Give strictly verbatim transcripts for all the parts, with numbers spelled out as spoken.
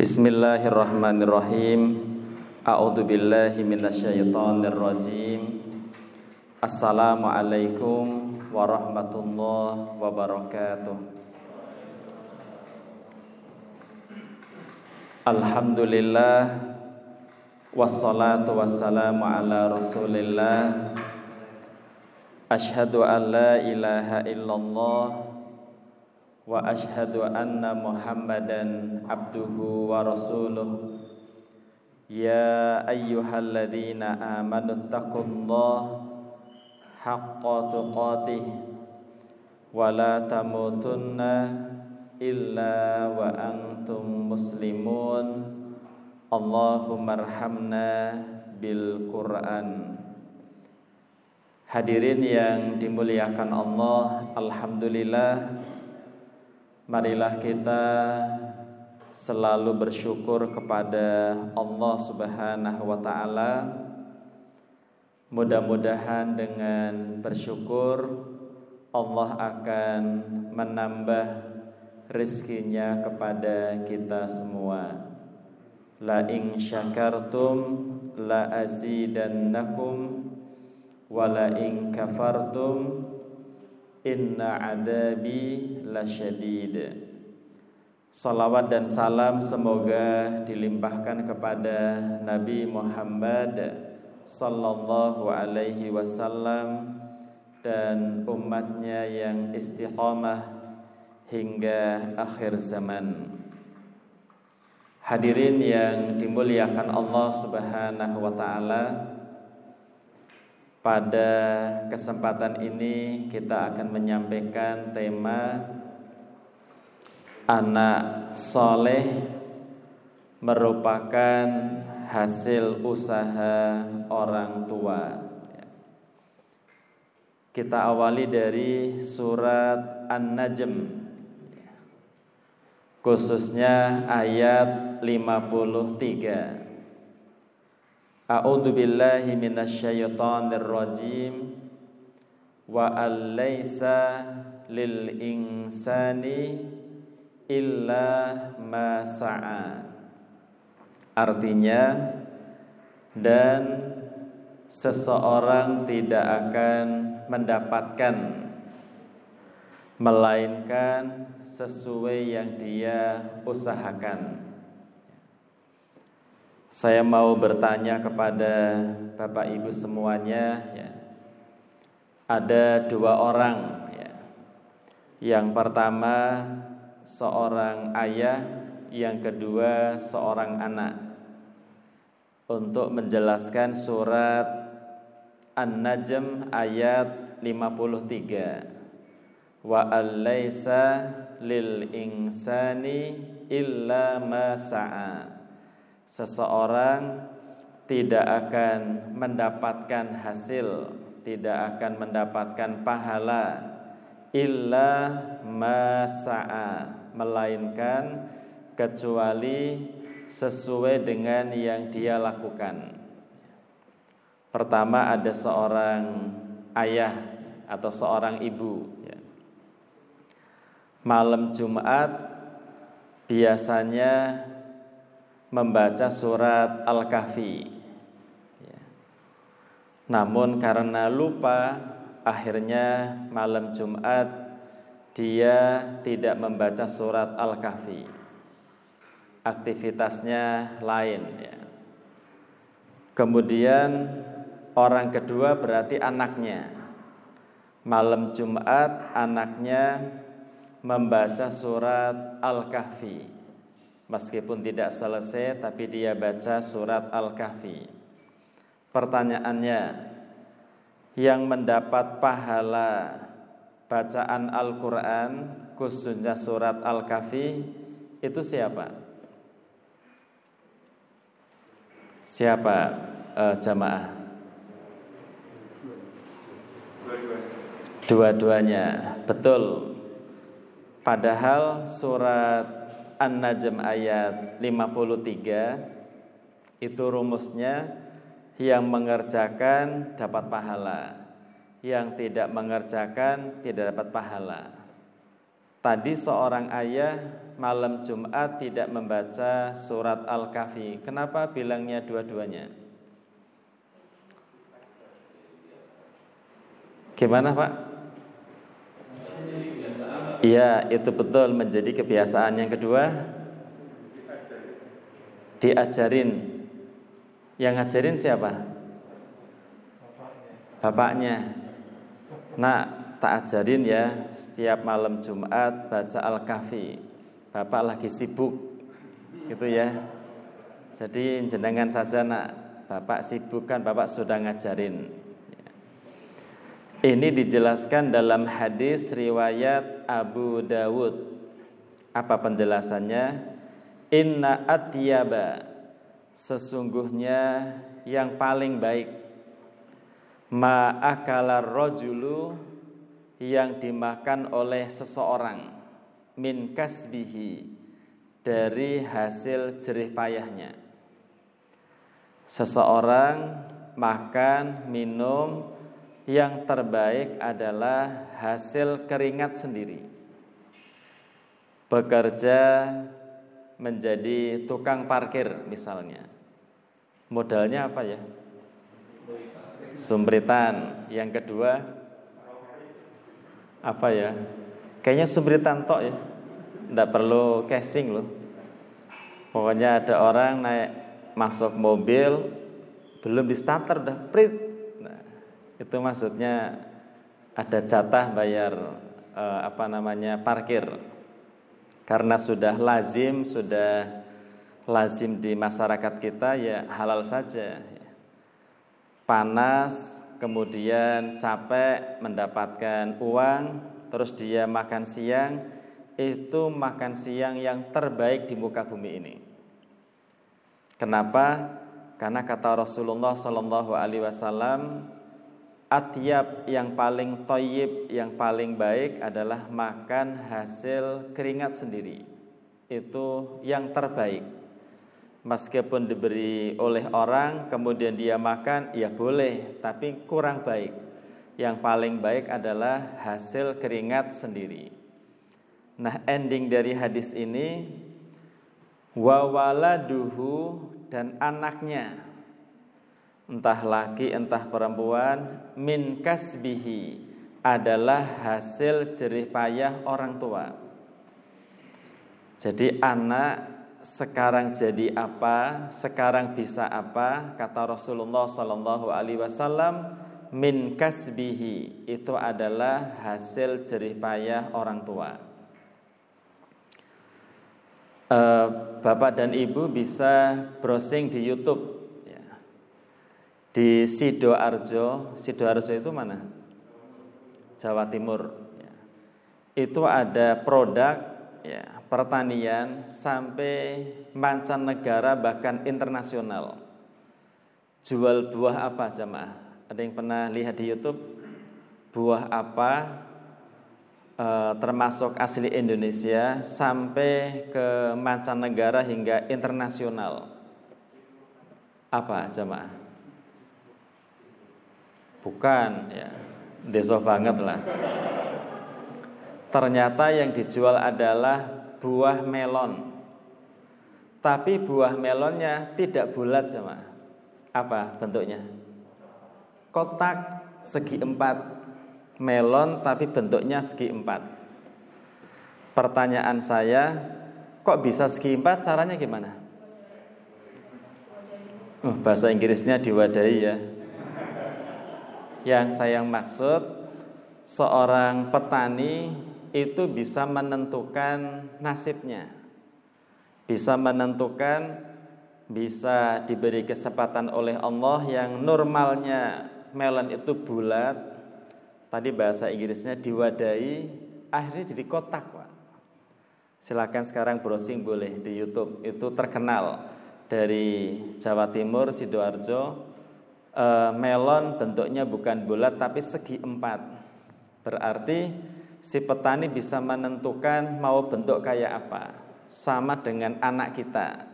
Bismillahirrahmanirrahim. A'udzu billahi minasyaitonir rajim. Assalamualaikum warahmatullahi wabarakatuh. Alhamdulillah wassalatu wassalamu ala Rasulillah. Asyhadu an la ilaha illallah wa asyhadu anna Muhammadan abduhu wa rasuluh. Ya ayyuhalladzina amanu taqullaha haqqa tuqatih wa la tamutunna illa wa antum muslimun. Allahumma arhamna bil Qur'an. Hadirin yang dimuliakan Allah, alhamdulillah, marilah kita selalu bersyukur kepada Allah Subhanahu wa ta'ala. Mudah-mudahan dengan bersyukur Allah akan menambah rizkinya kepada kita semua. La in syakartum la azidannakum wa la in kafartum inna adabi lasyadid. Salawat dan salam semoga dilimpahkan kepada Nabi Muhammad sallallahu alaihi wasallam dan umatnya yang istiqamah hingga akhir zaman. Hadirin yang dimuliakan Allah Subhanahu wa ta'ala, pada kesempatan ini kita akan menyampaikan tema anak soleh merupakan hasil usaha orang tua. Kita awali dari surat An-Najm, khususnya ayat lima puluh tiga. A'udzu billahi minasyaitonir rajim. Wa alaysa lil insani illa ma sa'a. Artinya, dan seseorang tidak akan mendapatkan melainkan sesuai yang dia usahakan. Saya mau bertanya kepada Bapak Ibu semuanya, ya. Ada dua orang, ya. Yang pertama seorang ayah, yang kedua seorang anak. Untuk menjelaskan surat An-Najm ayat lima puluh tiga. Wa alaysa lil insani illa ma sa'a. Seseorang tidak akan mendapatkan hasil, tidak akan mendapatkan pahala illa ma sa'a, melainkan kecuali sesuai dengan yang dia lakukan. Pertama, ada seorang ayah atau seorang ibu, ya. Malam Jumat biasanya membaca surat Al-Kahfi, ya. Namun karena lupa, akhirnya malam Jumat dia tidak membaca surat Al-Kahfi. Aktivitasnya lain, ya. Kemudian orang kedua berarti anaknya. Malam Jumat anaknya membaca surat Al-Kahfi. Meskipun tidak selesai, tapi dia baca surat Al-Kahfi. Pertanyaannya, yang mendapat pahala bacaan Al-Quran, khususnya surat Al-Kahfi, itu siapa? Siapa uh, jamaah? Dua-duanya, betul. Padahal surat An-Najm ayat lima puluh tiga itu rumusnya, yang mengerjakan dapat pahala, yang tidak mengerjakan tidak dapat pahala. tadi seorang ayah malam Jumat tidak membaca surat Al-Kahfi. Kenapa bilangnya dua-duanya? Gimana Pak? Iya, itu betul, menjadi kebiasaan. Yang kedua, diajarin. Yang ngajarin siapa? Bapaknya. Nah, tak ajarin ya, setiap malam Jumat baca Al-Kahfi. Bapak lagi sibuk, gitu ya. Jadi jenengan saja nak, bapak sibuk kan, bapak sudah ngajarin. Ini dijelaskan dalam hadis riwayat Abu Dawud. Apa penjelasannya? Inna atyaba, sesungguhnya yang paling baik, ma akala rajulu, yang dimakan oleh seseorang, min kasbihi, dari hasil jerih payahnya. Seseorang makan, minum, yang terbaik adalah hasil keringat sendiri. Bekerja menjadi tukang parkir misalnya, modalnya apa ya? Sumritan. Yang kedua apa ya? Kayaknya sumritan tok ya, nggak perlu casing loh. Pokoknya ada orang naik masuk mobil, belum di starter udah prit. Nah, itu maksudnya ada jatah bayar eh, apa namanya parkir. Karena sudah lazim, sudah lazim di masyarakat kita, ya halal saja. Panas, kemudian capek mendapatkan uang, terus dia makan siang, itu makan siang yang terbaik di muka bumi ini. Kenapa? Karena kata Rasulullah Shallallahu Alaihi Wasallam, atyab, yang paling thayyib, yang paling baik adalah makan hasil keringat sendiri. Itu yang terbaik. Meskipun diberi oleh orang kemudian dia makan, ya boleh, tapi kurang baik. Yang paling baik adalah hasil keringat sendiri. Nah, ending dari hadis ini, wa waladuhu, dan anaknya, entah laki entah perempuan, min kasbihi, adalah hasil jerih payah orang tua. Jadi anak sekarang jadi apa, sekarang bisa apa, kata Rasulullah Sallallahu Alaihi Wasallam, min kasbihi, itu adalah hasil jerih payah orang tua. uh, Bapak dan Ibu bisa browsing di YouTube. Di Sidoarjo, Sidoarjo itu mana? Jawa Timur. Ya. Itu ada produk ya, pertanian sampai mancanegara bahkan internasional. Jual buah apa jamaah? Ada yang pernah lihat di YouTube? Buah apa e, termasuk asli Indonesia sampai ke mancanegara hingga internasional? Apa jamaah? Bukan ya, deso banget lah. Ternyata yang dijual adalah buah melon. Tapi buah melonnya tidak bulat jemaah. Apa bentuknya? Kotak segi empat. Melon tapi bentuknya segi empat. Pertanyaan saya, kok bisa segi empat? Caranya gimana? Oh, bahasa Inggrisnya diwadahi ya. Yang saya maksud, seorang petani itu bisa menentukan nasibnya, bisa menentukan, bisa diberi kesempatan oleh Allah yang normalnya melon itu bulat, tadi bahasa Inggrisnya diwadahi, akhirnya jadi kotak Pak. Silakan sekarang browsing boleh di YouTube, itu terkenal dari Jawa Timur, Sidoarjo. E, melon bentuknya bukan bulat tapi segi empat. Berarti si petani bisa menentukan mau bentuk kayak apa. Sama dengan anak kita.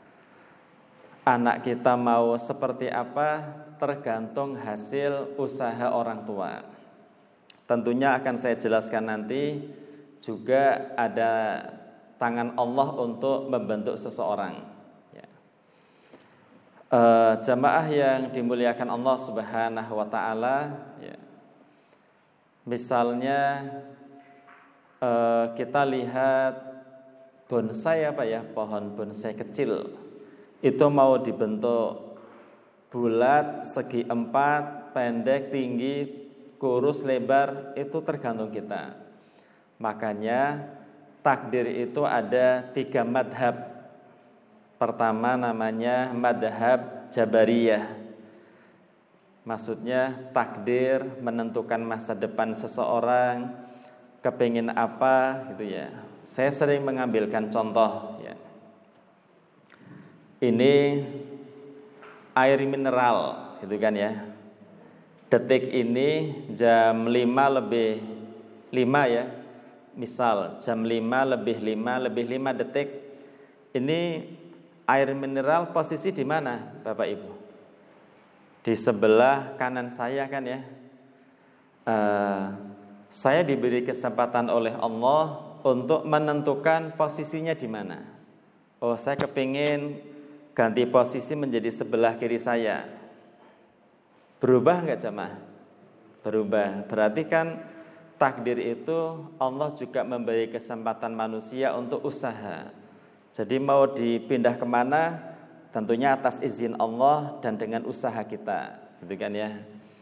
Anak kita mau seperti apa tergantung hasil usaha orang tua. Tentunya akan saya jelaskan nanti juga ada tangan Allah untuk membentuk seseorang. Ya. E, jamaah yang dimuliakan Allah Subhanahu wa Ta'ala, ya. Misalnya e, kita lihat bonsai apa ya, pohon bonsai kecil itu mau dibentuk bulat, segi empat, pendek, tinggi, kurus, lebar, itu tergantung kita. Makanya takdir itu ada tiga madhab. Pertama namanya madhab Jabariyah. Maksudnya takdir menentukan masa depan seseorang, kepingin apa gitu ya. Saya sering mengambilkan contoh ya. Ini air mineral gitu kan ya. Detik ini jam lima lebih lima ya. Misal jam lima lebih lima lebih lima detik. Ini air mineral posisi di mana Bapak Ibu? Di sebelah kanan saya kan ya. uh, Saya diberi kesempatan oleh Allah untuk menentukan posisinya di mana. Oh, saya kepingin ganti posisi menjadi sebelah kiri saya. Berubah enggak jamaah? Berubah. Berarti kan takdir itu Allah juga memberi kesempatan manusia untuk usaha. Jadi mau dipindah kemana, tentunya atas izin Allah dan dengan usaha kita, gitu kan ya.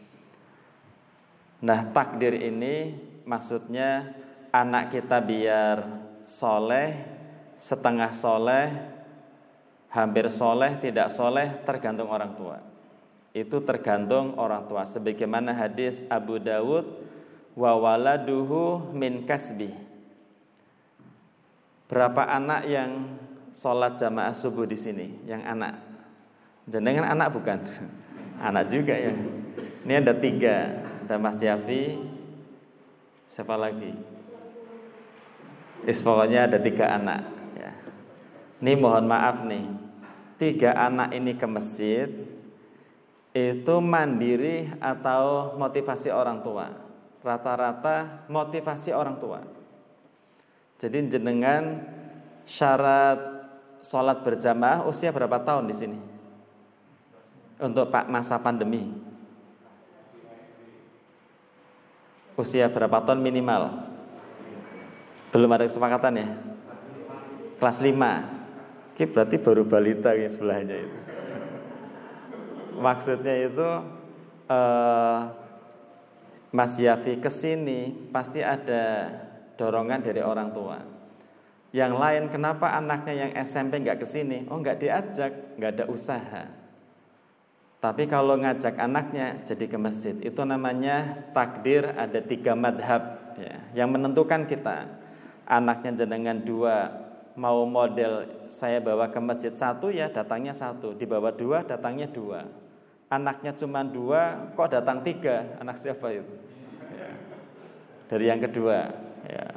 Nah, takdir ini maksudnya anak kita biar soleh, setengah soleh, hampir soleh, tidak soleh, tergantung orang tua. Itu tergantung orang tua. Sebagaimana hadis Abu Dawud, wa waladuhu min kasbi. Berapa anak yang sholat jamaah subuh di sini? Yang anak? Jenengan anak bukan? Anak juga ya. Ini ada tiga. Ada Mas Yafi. Siapa lagi? Is pokoknya ada tiga anak. Ya. Ini mohon maaf nih. Tiga anak ini ke masjid itu mandiri atau motivasi orang tua? Rata-rata motivasi orang tua. Jadi jenengan syarat sholat berjamaah usia berapa tahun di sini? Untuk pak masa pandemi. Usia berapa tahun minimal? Belum ada kesepakatan ya? Kelas lima. Oke, berarti baru balita yang sebelahnya itu. Maksudnya itu uh, Mas Yafi kesini pasti ada dorongan dari orang tua. Yang lain, kenapa anaknya yang S M P nggak kesini? Oh, nggak diajak, nggak ada usaha. Tapi kalau ngajak anaknya jadi ke masjid, itu namanya takdir. Ada tiga madhab ya, yang menentukan kita. Anaknya jenengan dua, mau model saya bawa ke masjid satu ya datangnya satu, dibawa dua datangnya dua. Anaknya cuma dua, kok datang tiga? Anak siapa itu? Ya. Dari yang kedua ya.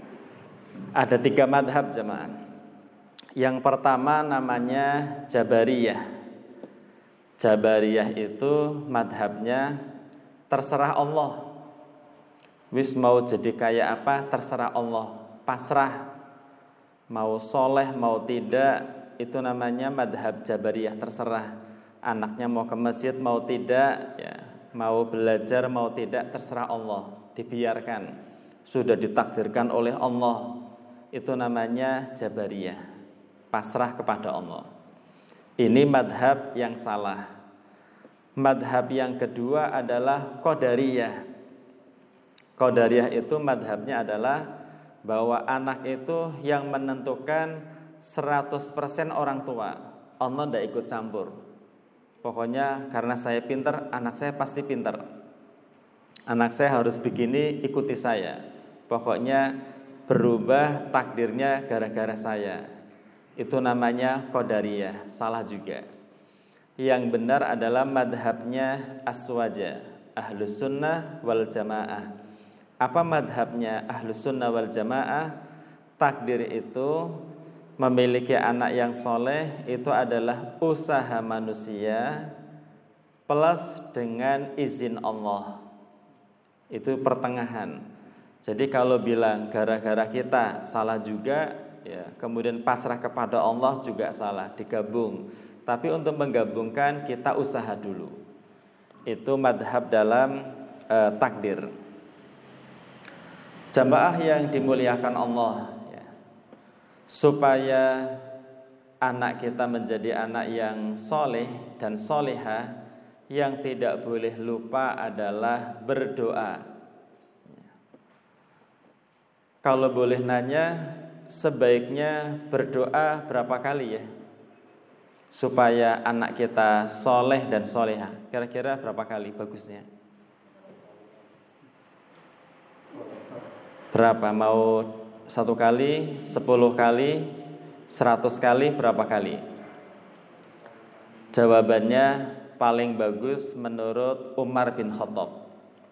Ada tiga madhab jemaah. Yang pertama namanya Jabariyah. Jabariyah itu madhabnya terserah Allah. Wis mau jadi kayak apa terserah Allah, pasrah. Mau soleh mau tidak, itu namanya madhab Jabariyah, terserah. Anaknya mau ke masjid mau tidak ya, mau belajar mau tidak, terserah Allah, dibiarkan. Sudah ditakdirkan oleh Allah. Itu namanya Jabariyah, pasrah kepada Allah. Ini madhab yang salah. Madhab yang kedua adalah Qadariyah. Qadariyah itu madhabnya adalah bahwa anak itu yang menentukan seratus persen orang tua. Allah tidak ikut campur. Pokoknya karena saya pintar, anak saya pasti pintar. Anak saya harus begini, ikuti saya. Pokoknya berubah takdirnya gara-gara saya. Itu namanya Qadariyah, salah juga. Yang benar adalah madhabnya Aswaja, Ahlus Sunnah wal Jamaah. Apa madhabnya Ahlus Sunnah wal Jamaah? Takdir itu memiliki anak yang soleh itu adalah usaha manusia plus dengan izin Allah. Itu pertengahan. Jadi kalau bilang gara-gara kita salah juga, ya, kemudian pasrah kepada Allah juga salah, digabung. Tapi untuk menggabungkan kita usaha dulu. Itu madhab dalam eh, takdir. Jamaah yang dimuliakan Allah, ya, supaya anak kita menjadi anak yang soleh dan solehah, yang tidak boleh lupa adalah berdoa. Kalau boleh nanya, sebaiknya berdoa berapa kali ya, supaya anak kita soleh dan solehah? Kira-kira berapa kali bagusnya? Berapa? Mau satu kali, sepuluh kali, seratus kali, berapa kali? Jawabannya paling bagus menurut Umar bin Khattab.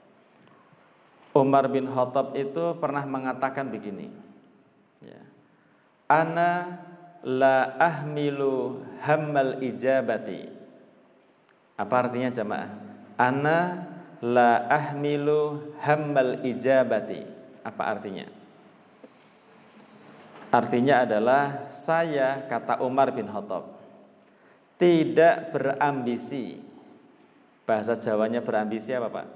Umar bin Khattab itu pernah mengatakan begini, ya, ana la ahmilu hammal ijabati. Apa artinya jamaah? Ana la ahmilu hammal ijabati. Apa artinya? Artinya adalah saya, kata Umar bin Khattab, tidak berambisi. Bahasa Jawanya berambisi apa Pak?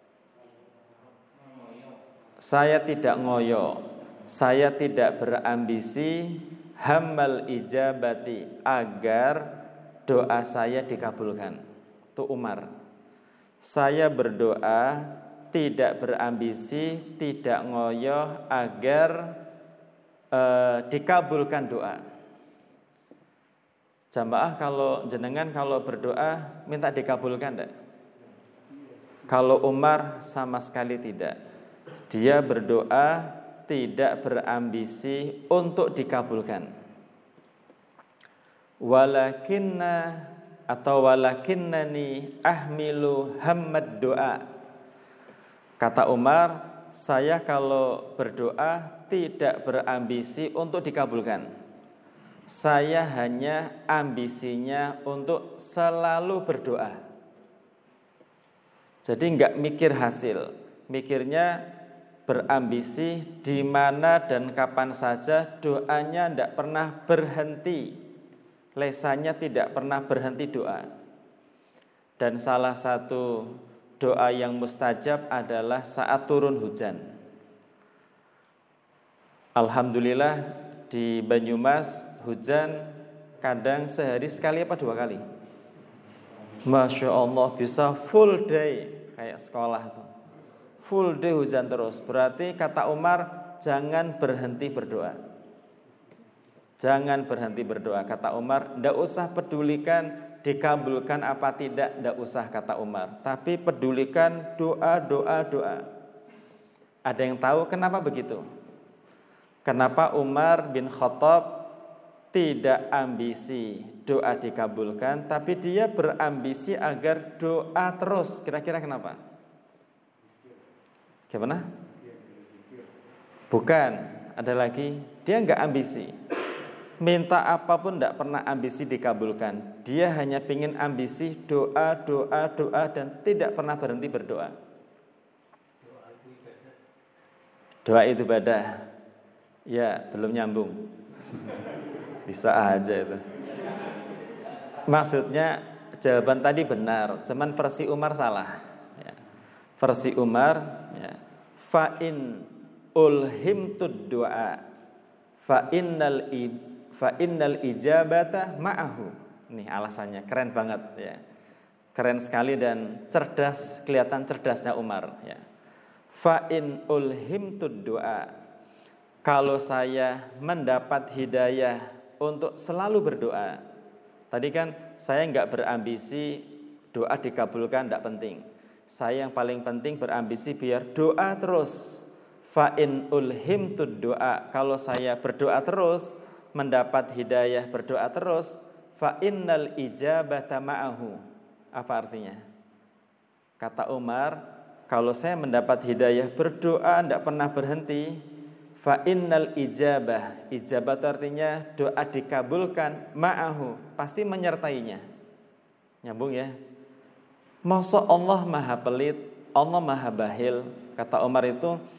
Saya tidak ngoyo, saya tidak berambisi hammal ijabati, agar doa saya dikabulkan. Itu Umar. Saya berdoa tidak berambisi, tidak ngoyo agar eh, dikabulkan doa. Jamaah, kalau jenengan kalau berdoa minta dikabulkan enggak? Kalau Umar sama sekali tidak. Dia berdoa tidak berambisi untuk dikabulkan. Walakinna atau walakinnani ahmilu hammad doa. Kata Umar, saya kalau berdoa tidak berambisi untuk dikabulkan. Saya hanya ambisinya untuk selalu berdoa. Jadi enggak mikir hasil, mikirnya berambisi di mana dan kapan saja doanya enggak pernah berhenti. Lesannya tidak pernah berhenti doa. Dan salah satu doa yang mustajab adalah saat turun hujan. Alhamdulillah di Banyumas hujan kadang sehari sekali apa dua kali. Masya Allah, bisa full day kayak sekolah tuh. Full day hujan terus. Berarti kata Umar, jangan berhenti berdoa. Jangan berhenti berdoa. Kata Umar, tidak usah pedulikan dikabulkan apa tidak, tidak usah kata Umar. Tapi pedulikan doa, doa, doa. Ada yang tahu kenapa begitu? Kenapa Umar bin Khattab tidak ambisi doa dikabulkan, tapi dia berambisi agar doa terus? Kira-kira kenapa? Gimana? Bukan, ada lagi, dia enggak ambisi. Minta apapun tidak pernah ambisi dikabulkan. Dia hanya ingin ambisi doa, doa, doa, dan tidak pernah berhenti berdoa. Doa itu ibadah. Ya, belum nyambung. Bisa aja itu. Maksudnya jawaban tadi benar, cuman versi Umar salah. Ya. Versi Umar, ya, fa'in ulhimtud doa, fa'innal ib fa innal ijabata ma'ahu. Nih alasannya keren banget ya. Keren sekali dan cerdas, kelihatan cerdasnya Umar ya. Fa in ulhimtud doa, kalau saya mendapat hidayah untuk selalu berdoa. Tadi kan saya enggak berambisi doa dikabulkan, enggak penting. Saya yang paling penting berambisi biar doa terus. Fa in ulhimtud doa, kalau saya berdoa terus, mendapat hidayah berdoa terus, fa innal ijabata ma'ahu. Apa artinya? Kata Umar, kalau saya mendapat hidayah berdoa tidak pernah berhenti, fa innal ijabah, ijabah artinya doa dikabulkan, ma'ahu, pasti menyertainya. Nyambung ya? Masa Allah maha pelit, Allah maha bahil? Kata Umar itu,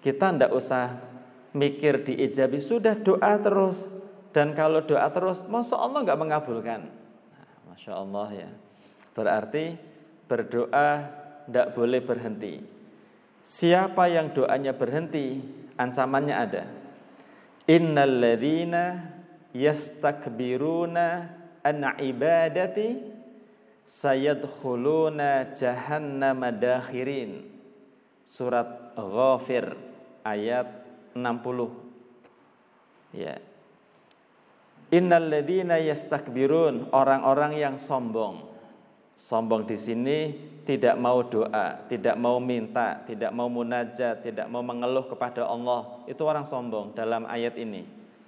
Kita ndak usah mikir diijabi, sudah doa terus. Dan kalau doa terus, masa Allah nggak mengabulkan? Nah, Masya Allah ya. Berarti berdoa ndak boleh berhenti. Siapa yang doanya berhenti, ancamannya ada. Innal ladzina yastakbiruna an ibadati sayadkhuluna jahannama dakhirin. Surat Ghafir ayat enam puluh. Ya. Innal ladzina yastakbirun, orang-orang yang sombong. Sombong di sini tidak mau doa, tidak mau minta, tidak mau munajat, tidak mau mengeluh kepada Allah. Itu orang sombong dalam ayat ini.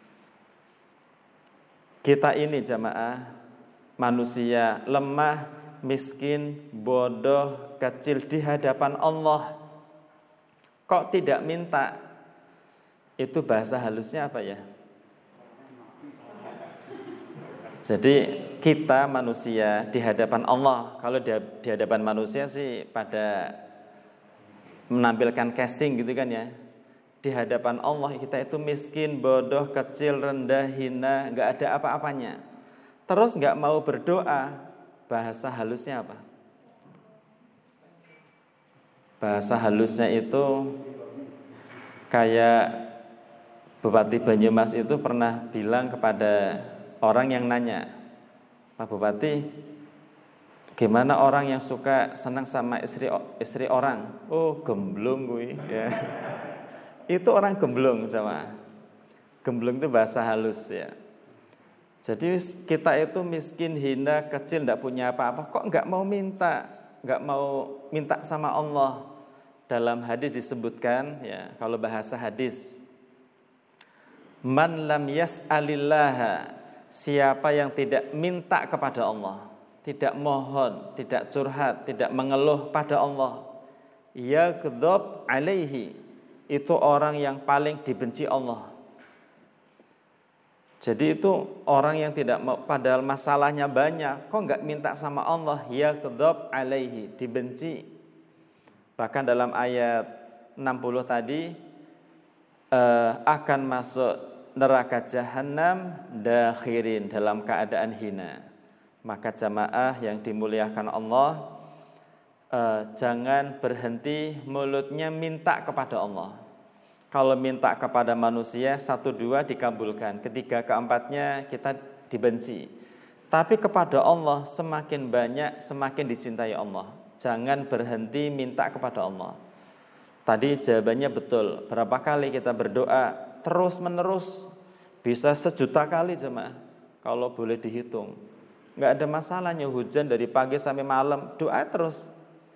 Kita ini jamaah manusia lemah, miskin, bodoh, kecil di hadapan Allah. Kok tidak minta? Itu bahasa halusnya apa ya? Jadi kita manusia di hadapan Allah, kalau di, di hadapan manusia sih pada menampilkan casing gitu kan ya. Di hadapan Allah kita itu miskin, bodoh, kecil, rendah, hina, nggak ada apa-apanya. Terus nggak mau berdoa, bahasa halusnya apa? Bahasa halusnya itu kayak Bupati Banyumas itu pernah bilang kepada orang yang nanya, Pak Bupati, gimana orang yang suka senang sama istri istri orang? Oh, gemblung gue. Ya. Itu orang gemblung sama. Gemblung itu bahasa halus ya. Jadi kita itu miskin, hina, kecil, tidak punya apa-apa. Kok nggak mau minta, nggak mau minta sama Allah? Dalam hadis disebutkan, ya, kalau bahasa hadis, man lam yas'alillaha, siapa yang tidak minta kepada Allah, tidak mohon, tidak curhat, tidak mengeluh pada Allah, yaghdab alaihi, itu orang yang paling dibenci Allah. Jadi itu orang yang tidak mau, padahal masalahnya banyak, kok enggak minta sama Allah, yaghdab alaihi, dibenci. Bahkan dalam ayat enam puluh tadi eh, akan masuk neraka jahanam dakhirin, dalam keadaan hina. Maka jamaah yang dimuliakan Allah, eh, jangan berhenti mulutnya minta kepada Allah. Kalau minta kepada manusia satu dua dikabulkan, ketiga keempatnya kita dibenci. Tapi kepada Allah semakin banyak semakin dicintai Allah. Jangan berhenti minta kepada Allah. Tadi jawabannya betul. Berapa kali kita berdoa terus menerus, bisa sejuta kali jemaah kalau boleh dihitung. Nggak ada masalahnya, hujan dari pagi sampai malam, doa terus.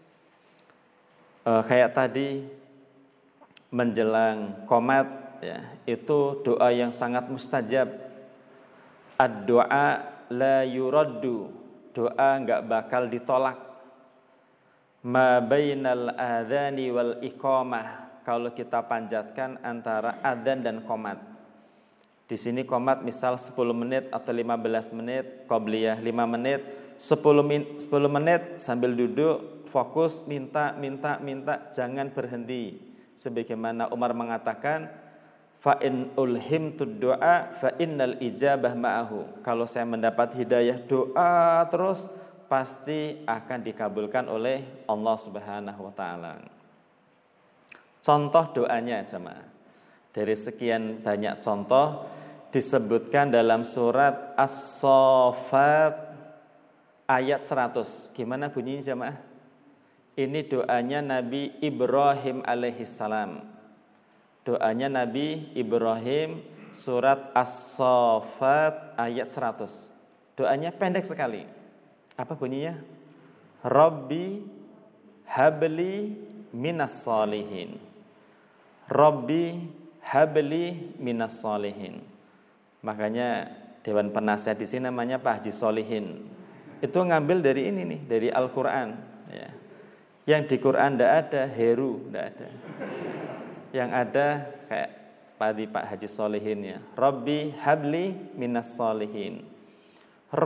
E, kayak tadi menjelang qomat ya, itu doa yang sangat mustajab. Ad-doa la yuraddu, doa nggak bakal ditolak. Ma bainal adzani wal iqamah, kalau kita panjatkan antara adzan dan qomat. Di sini qomat misal sepuluh menit atau lima belas menit, qobliyah lima menit, sepuluh menit sambil duduk fokus minta minta minta, jangan berhenti. Sebagaimana Umar mengatakan, fa in ulhimtud du'a fa innal ijabah ma'ahu. Kalau saya mendapat hidayah doa terus, pasti akan dikabulkan oleh Allah Subhanahu wa taala. Contoh doanya jemaah. Dari sekian banyak contoh disebutkan dalam surat As-Saffat ayat seratus. Gimana bunyinya jemaah? Ini doanya Nabi Ibrahim alaihissalam. Doanya Nabi Ibrahim, surat As-Saffat ayat seratus. Doanya pendek sekali. Apa bunyinya? Rabbi habli minas salihin. Rabbi habli minas salihin. Makanya Dewan Penasihat di sini namanya Pak Haji Solihin. Itu ngambil dari ini nih, dari Al-Quran ya. Yang di Quran tidak ada Heru, tidak ada. Yang ada kayak tadi Pak Haji Solihin ya. Rabbi habli minas salihin.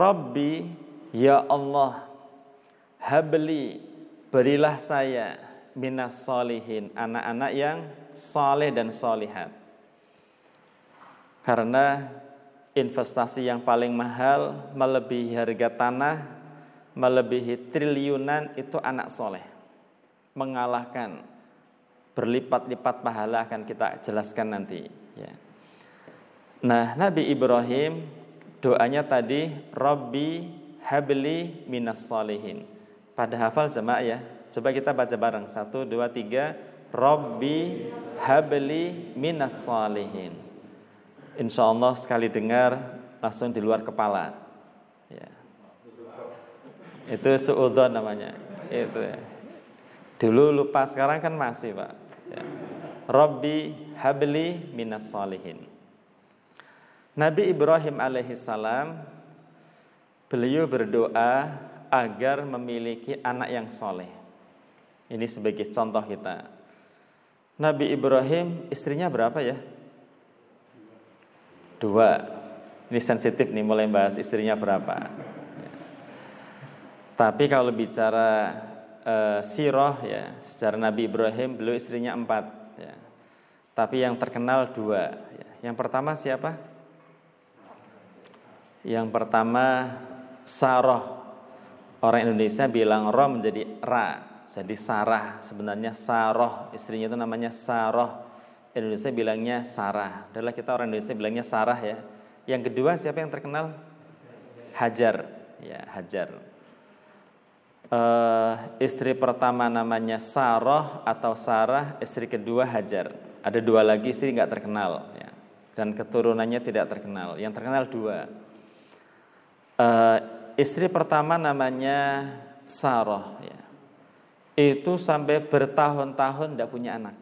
Rabbi, ya Allah, habli, berilah saya minas solihin, anak-anak yang soleh dan solihat. Karena investasi yang paling mahal, melebihi harga tanah, melebihi triliunan, itu anak soleh. Mengalahkan, berlipat-lipat pahala, akan kita jelaskan nanti ya. Nah, Nabi Ibrahim doanya tadi, Rabbi habli minas solihin. Pada hafal jemaah ya. Coba kita baca bareng, satu, dua, tiga. Rabbi habli minas solihin. Insya Allah sekali dengar langsung di luar kepala ya. Itu suudzon namanya. Itu ya. Dulu lupa, sekarang kan masih Pak ya. Rabbi habli minas solihin. Nabi Ibrahim alaihissalam, beliau berdoa agar memiliki anak yang soleh. Ini sebagai contoh kita. Nabi Ibrahim istrinya berapa ya? Dua. Ini sensitif nih, mulai bahas istrinya berapa. Tapi kalau bicara uh, sirah ya, sejarah Nabi Ibrahim, beliau istrinya empat ya. Tapi yang terkenal dua ya. Yang pertama siapa? Yang pertama Sarah. Orang Indonesia bilang roh menjadi ra, jadi Sarah. Sebenarnya Sarah, istrinya itu namanya Sarah. Indonesia bilangnya Sarah. Adalah kita orang Indonesia bilangnya Sarah ya. Yang kedua siapa yang terkenal? Hajar. Ya, Hajar. Uh, istri pertama namanya Sarah atau Sarah, istri kedua Hajar. Ada dua lagi istri nggak terkenal ya. Dan keturunannya tidak terkenal. Yang terkenal dua. Uh, istri pertama namanya Sarah ya. Itu sampai bertahun-tahun tidak punya anak.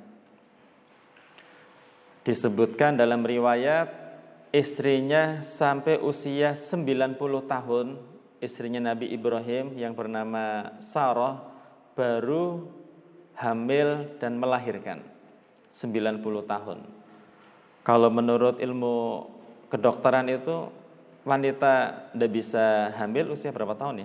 Disebutkan dalam riwayat istrinya sampai usia sembilan puluh tahun, istrinya Nabi Ibrahim yang bernama Sarah baru hamil dan melahirkan. Sembilan puluh tahun. Kalau menurut ilmu kedokteran itu wanita tidak bisa hamil usia berapa tahun ya?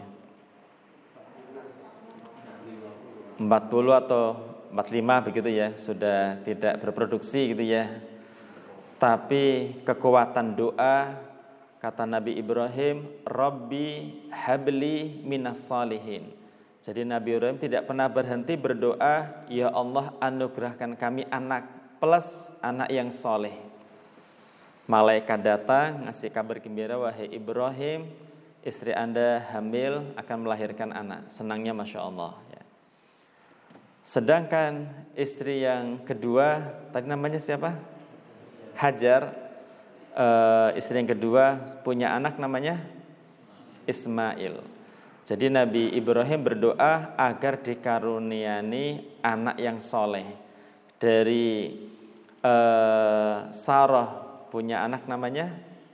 empat puluh atau empat puluh lima begitu ya, sudah tidak berproduksi gitu ya. Tapi kekuatan doa, kata Nabi Ibrahim, Rabbi habli minas salihin. Jadi Nabi Ibrahim tidak pernah berhenti berdoa, ya Allah anugerahkan kami anak plus anak yang soleh. Malaikat datang ngasih kabar gembira, wahai Ibrahim, istri Anda hamil akan melahirkan anak. Senangnya Masya Allah ya. Sedangkan istri yang kedua, tadi namanya siapa? Hajar. Uh, istri yang kedua punya anak namanya Ismail. Jadi Nabi Ibrahim berdoa agar dikaruniani anak yang soleh. Dari uh, Sarah punya anak namanya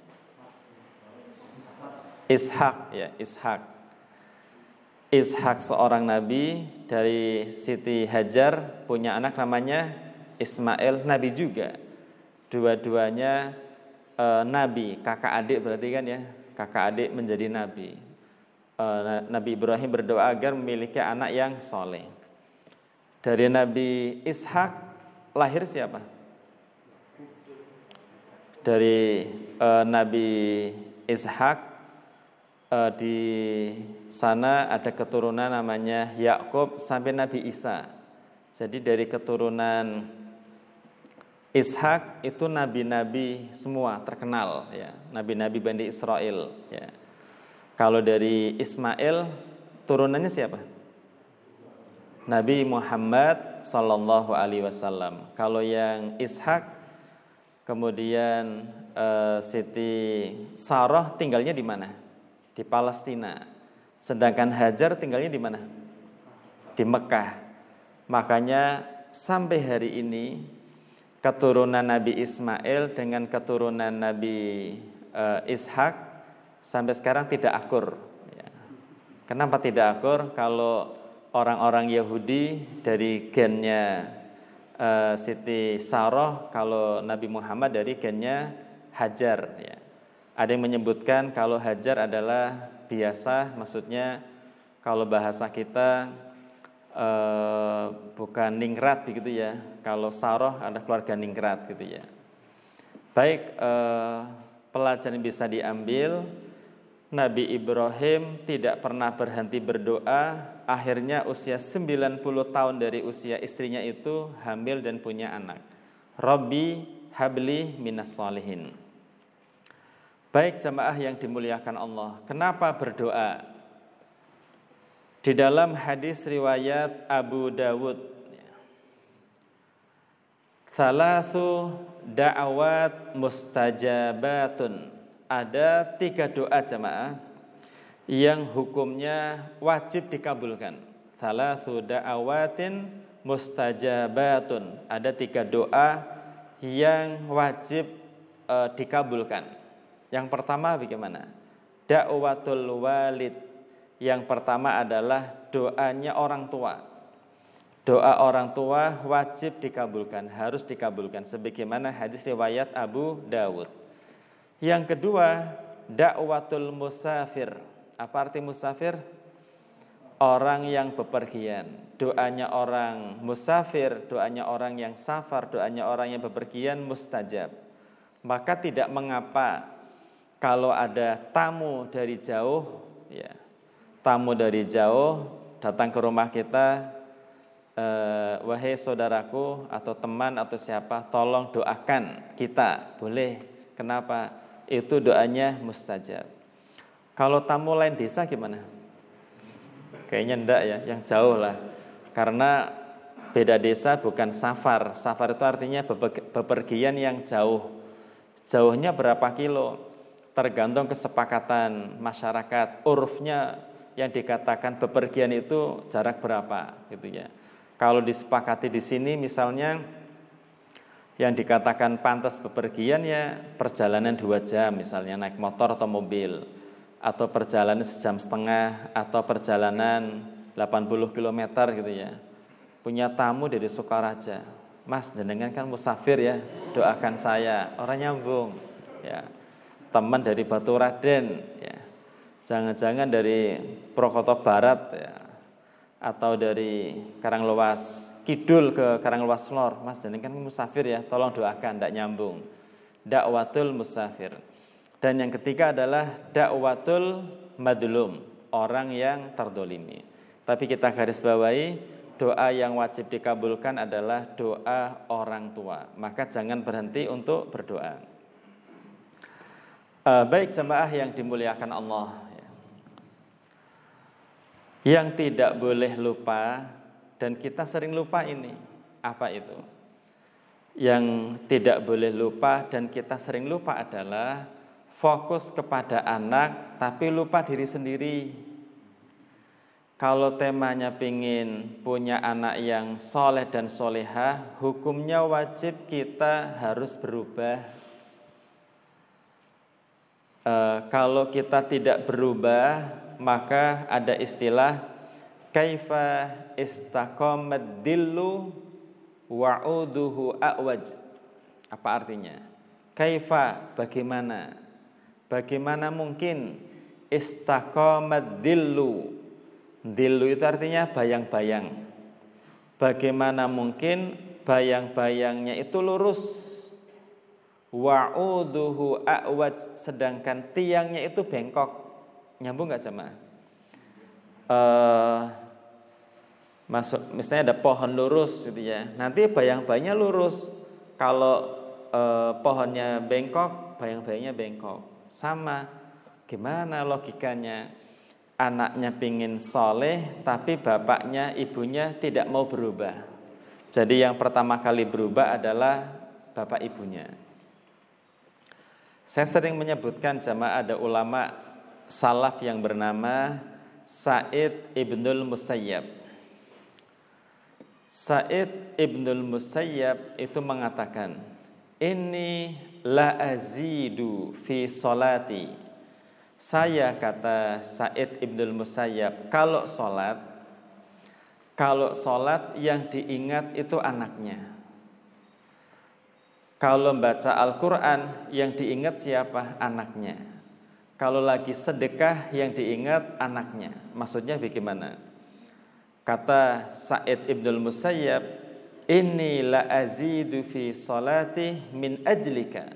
Ishak ya, Ishak. Ishak seorang nabi, dari Siti Hajar punya anak namanya Ismail, nabi juga. Dua-duanya e, nabi, kakak adik berarti kan ya, kakak adik menjadi nabi. E, Nabi Ibrahim berdoa agar memiliki anak yang soleh. Dari Nabi Ishak lahir siapa? Dari e, Nabi Ishak di sana ada keturunan namanya Yakub sampai Nabi Isa. Jadi dari keturunan Ishak itu nabi-nabi semua terkenal ya, nabi-nabi Bani Israel ya. Kalau dari Ismail turunannya siapa? Nabi Muhammad sallallahu alaihi wasallam. Kalau yang Ishak kemudian uh, Siti Sarah tinggalnya di mana? Di Palestina. Sedangkan Hajar tinggalnya di mana? Di Mekah. Makanya sampai hari ini keturunan Nabi Ismail dengan keturunan Nabi uh, Ishak sampai sekarang tidak akur ya. Kenapa tidak akur? Kalau orang-orang Yahudi dari gennya uh, Siti Sarah, kalau Nabi Muhammad dari gennya Hajar ya. Ada yang menyebutkan kalau Hajar adalah biasa, maksudnya kalau bahasa kita eh, bukan ningrat begitu ya. Kalau Saroh ada keluarga ningrat gitu ya. Baik, eh, pelajaran yang bisa diambil, Nabi Ibrahim tidak pernah berhenti berdoa. Akhirnya usia sembilan puluh tahun dari usia istrinya itu hamil dan punya anak. Rabbi habli minas salihin. Baik jamaah yang dimuliakan Allah, kenapa berdoa? Di dalam hadis riwayat Abu Dawud, Thalathu da'awat mustajabatun. Ada tiga doa jamaah yang hukumnya wajib dikabulkan. Thalathu da'awatin mustajabatun. Ada tiga doa yang wajib e, dikabulkan. Yang pertama bagaimana? Da'watul walid. Yang pertama adalah doanya orang tua. Doa orang tua wajib dikabulkan, harus dikabulkan sebagaimana hadis riwayat Abu Dawud. Yang kedua, da'watul musafir. Apa arti musafir? Orang yang bepergian. Doanya orang musafir, doanya orang yang safar, doanya orang yang bepergian mustajab. Maka tidak mengapa kalau ada tamu dari jauh, ya, tamu dari jauh datang ke rumah kita, eh, wahai saudaraku atau teman atau siapa, tolong doakan kita. Boleh. Kenapa? Itu doanya mustajab. Kalau tamu lain desa gimana? Kayaknya enggak ya, yang jauh lah. Karena beda desa bukan safar. Safar itu artinya bepergian yang jauh. Jauhnya berapa kilo? Tergantung kesepakatan masyarakat. Urufnya yang dikatakan bepergian itu jarak berapa gitu ya. Kalau disepakati di sini misalnya yang dikatakan pantas bepergian ya perjalanan dua jam misalnya naik motor atau mobil, atau perjalanan sejam setengah, atau perjalanan delapan puluh kilometer gitu ya. Punya tamu dari Sukaraja, Mas jenengan kan musafir ya, doakan saya. Orang nyambung ya. Teman dari Batu Raden ya. Jangan-jangan dari Prokoto Barat ya, atau dari Karanglewas Kidul ke Karanglewas Lor, Mas jenengan kan musafir ya, tolong doakan. Tidak nyambung. Dakwatul musafir. Dan yang ketiga adalah dakwatul madlum, orang yang terdolimi. Tapi kita garis bawahi, doa yang wajib dikabulkan adalah doa orang tua. Maka jangan berhenti untuk berdoa. Uh, baik jemaah yang dimuliakan Allah, yang tidak boleh lupa, dan kita sering lupa ini, apa itu? Yang tidak boleh lupa dan kita sering lupa adalah fokus kepada anak tapi lupa diri sendiri. Kalau temanya pingin punya anak yang soleh dan solehah, hukumnya wajib kita harus berubah. E, kalau kita tidak berubah, maka ada istilah kaifa istaqamad dillu wa'uduhu a'waj. Apa artinya? Kaifa, bagaimana? Bagaimana mungkin istaqamad dillu? Dillu itu artinya bayang-bayang. Bagaimana mungkin bayang-bayangnya itu lurus? Wa'uduhu a'waj, sedangkan tiangnya itu bengkok. Nyambung enggak jemaah? Uh, masuk misalnya ada pohon lurus gitu ya. Nanti bayang-bayangnya lurus. Kalau uh, pohonnya bengkok, bayang-bayangnya bengkok. Sama. Gimana logikanya? Anaknya pingin soleh, tapi bapaknya, ibunya tidak mau berubah. Jadi yang pertama kali berubah adalah bapak ibunya. Saya sering menyebutkan jamaah, ada ulama salaf yang bernama Sa'id ibnul Musayyab. Sa'id ibnul Musayyab itu mengatakan, Inni la azidu fi solati. Saya, kata Sa'id ibnul Musayyab, kalau sholat, kalau sholat yang diingat itu anaknya. Kalau baca Al-Quran yang diingat siapa? Anaknya. Kalau lagi sedekah yang diingat anaknya. Maksudnya bagaimana? Kata Sa'id Ibnul Musayyab, inni la azidu fi salati min ajlika.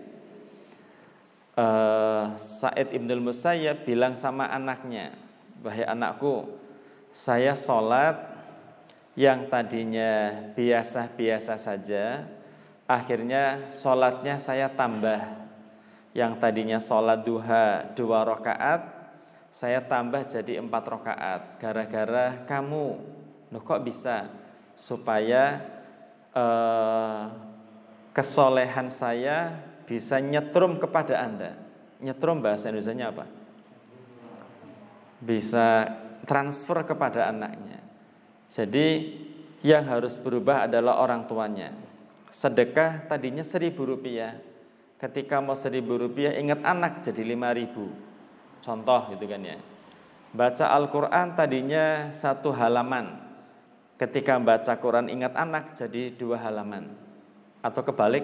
Uh, Sa'id Ibnul Musayyab bilang sama anaknya, wahai anakku, saya sholat yang tadinya biasa-biasa saja, akhirnya sholatnya saya tambah. Yang tadinya sholat duha dua rakaat, saya tambah jadi empat rakaat. Gara-gara kamu, loh kok bisa? Supaya eh, kesolehan saya bisa nyetrum kepada Anda. Nyetrum bahasa Indonesianya apa? Bisa transfer kepada anaknya. Jadi yang harus berubah adalah orang tuanya. Sedekah tadinya seribu rupiah. Ketika mau seribu rupiah, ingat anak jadi lima ribu. Contoh gitu kan ya. Baca Al-Quran tadinya satu halaman. Ketika baca Quran ingat anak jadi dua halaman. Atau kebalik.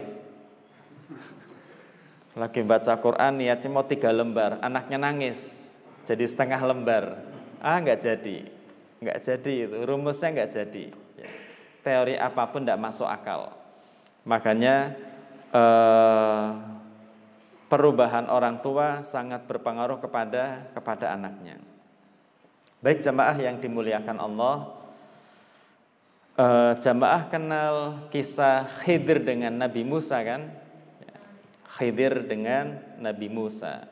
Lagi baca Quran niatnya mau tiga lembar, anaknya nangis jadi setengah lembar. Ah nggak jadi, nggak jadi itu rumusnya nggak jadi. Teori apapun tidak masuk akal. Makanya eh, perubahan orang tua sangat berpengaruh kepada kepada anaknya. Baik jamaah yang dimuliakan Allah, eh, jamaah kenal kisah Khidir dengan Nabi Musa kan? Khidir dengan Nabi Musa.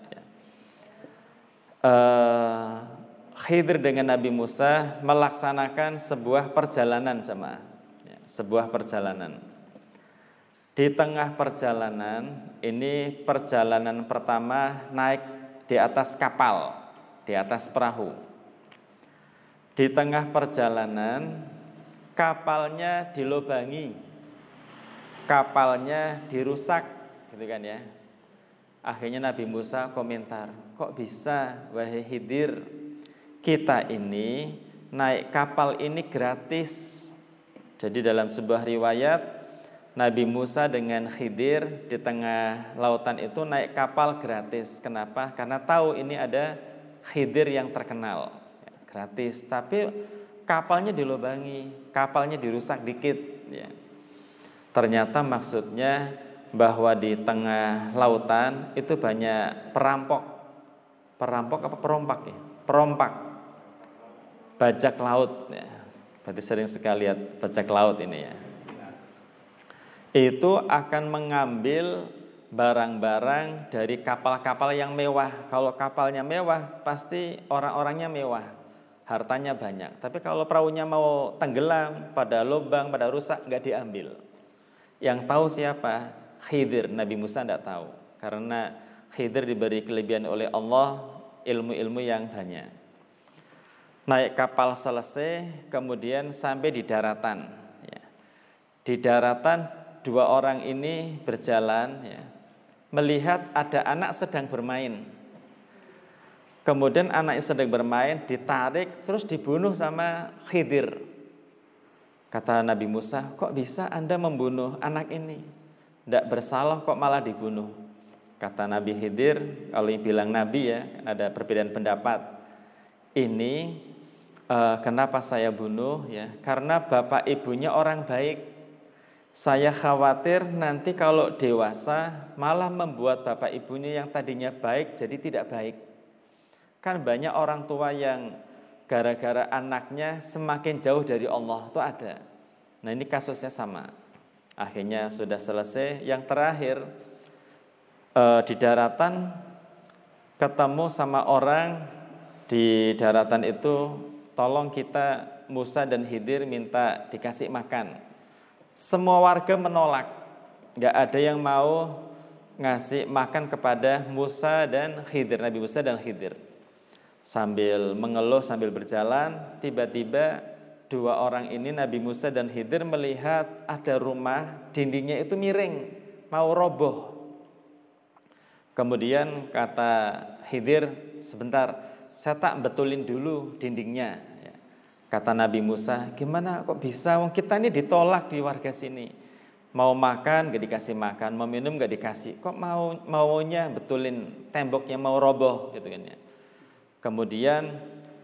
Eh, Khidir dengan Nabi Musa melaksanakan sebuah perjalanan jamaah, sebuah perjalanan. Di tengah perjalanan, ini perjalanan pertama naik di atas kapal, di atas perahu. Di tengah perjalanan, kapalnya dilobangi, kapalnya dirusak, gitu kan ya. Akhirnya Nabi Musa komentar, kok bisa wahai Khidir, kita ini naik kapal ini gratis. Jadi dalam sebuah riwayat, Nabi Musa dengan Khidir di tengah lautan itu naik kapal gratis. Kenapa? Karena tahu ini ada Khidir yang terkenal, ya, gratis. Tapi kapalnya dilobangi, kapalnya dirusak dikit. Ya. Ternyata maksudnya bahwa di tengah lautan itu banyak perampok, perampok apa perompak ya? Perompak, bajak laut. Ya. Berarti sering sekali lihat bajak laut ini ya. Itu akan mengambil barang-barang dari kapal-kapal yang mewah. Kalau kapalnya mewah, pasti orang-orangnya mewah, hartanya banyak. Tapi kalau perahunya mau tenggelam, pada lubang, pada rusak, nggak diambil. Yang tahu siapa? Khidir. Nabi Musa tidak tahu, karena Khidir diberi kelebihan oleh Allah ilmu-ilmu yang banyak. Naik kapal selesai, kemudian sampai di daratan. Ya. Di daratan dua orang ini berjalan, ya, melihat ada anak sedang bermain. Kemudian anak sedang bermain ditarik terus dibunuh sama Khidir. Kata Nabi Musa, kok bisa Anda membunuh anak ini? Tidak bersalah kok malah dibunuh. Kata Nabi Khidir, kalau yang bilang Nabi ya, ada perbedaan pendapat. Ini uh, kenapa saya bunuh ya? Karena bapak ibunya orang baik. Saya khawatir nanti kalau dewasa malah membuat bapak ibunya yang tadinya baik jadi tidak baik. Kan banyak orang tua yang gara-gara anaknya semakin jauh dari Allah, itu ada. Nah ini kasusnya sama. Akhirnya sudah selesai. Yang terakhir eh, di daratan ketemu sama orang di daratan itu, tolong kita Musa dan Khidir minta dikasih makan. Semua warga menolak, gak ada yang mau ngasih makan kepada Musa dan Khidir, Nabi Musa dan Khidir. Sambil mengeluh, sambil berjalan, tiba-tiba dua orang ini, Nabi Musa dan Khidir, melihat ada rumah, dindingnya itu miring, mau roboh. Kemudian kata Khidir, sebentar, saya tak betulin dulu dindingnya. Kata Nabi Musa, gimana kok bisa? Wong kita ini ditolak di warga sini. Mau makan gak dikasih makan, mau minum gak dikasih. Kok mau maunya betulin temboknya mau roboh gitu kan ya. Kemudian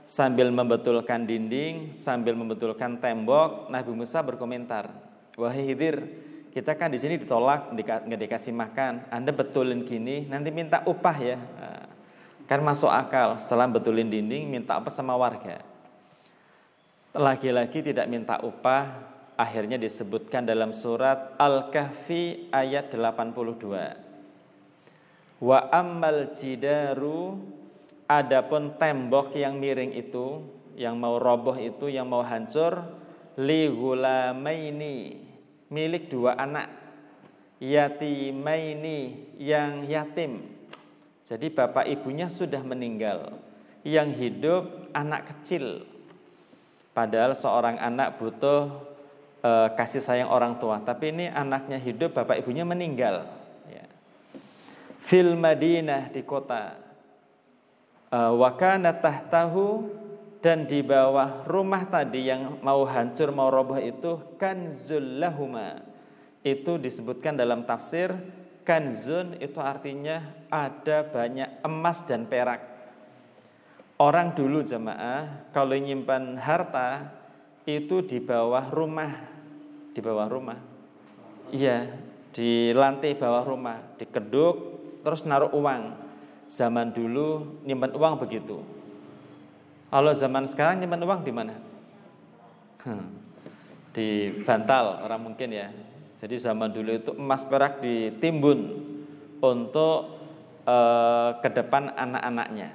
sambil membetulkan dinding, sambil membetulkan tembok, Nabi Musa berkomentar, "Wahai Khidir, kita kan di sini ditolak, nggak dikasih makan. Anda betulin gini, nanti minta upah ya." Kan masuk akal, setelah betulin dinding minta apa sama warga. Lagi-lagi tidak minta upah, akhirnya disebutkan dalam surat Al-Kahfi ayat delapan puluh dua. Wa ammal jidaru, adapun tembok yang miring itu, yang mau roboh itu, yang mau hancur, li ghulamaini, milik dua anak, yatimaini, yang yatim. Jadi bapak ibunya sudah meninggal, yang hidup anak kecil. Padahal seorang anak butuh e, kasih sayang orang tua, tapi ini anaknya hidup, bapak ibunya meninggal. Ya. Fil Madinah, di kota. E, wa kana tahtahu, dan di bawah rumah tadi yang mau hancur, mau roboh itu, kanzul lahuma. Itu disebutkan dalam tafsir, kanzun itu artinya ada banyak emas dan perak. Orang dulu jemaah kalau nyimpan harta itu di bawah rumah, di bawah rumah. Iya, di lantai bawah rumah, dikeduk terus naruh uang. Zaman dulu nyimpan uang begitu. Kalau zaman sekarang nyimpan uang di mana? Hmm, di bantal orang mungkin ya. Jadi zaman dulu itu emas perak ditimbun untuk eh, ke depan anak-anaknya.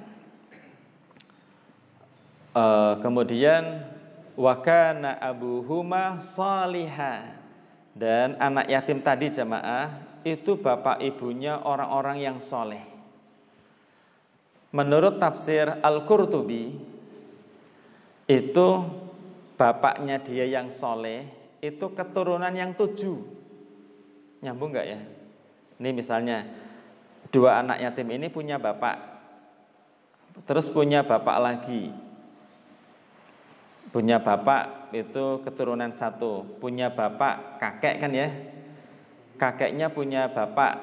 Eh, kemudian wakana abuhuma salihah, dan anak yatim tadi jemaah itu bapak ibunya orang-orang yang soleh. Menurut tafsir Al-Qurtubi itu bapaknya dia yang soleh itu keturunan yang tujuh. Nyambung gak ya? Ini misalnya dua anak yatim ini punya bapak, terus punya bapak lagi, punya bapak itu keturunan satu, punya bapak kakek kan ya, kakeknya punya bapak,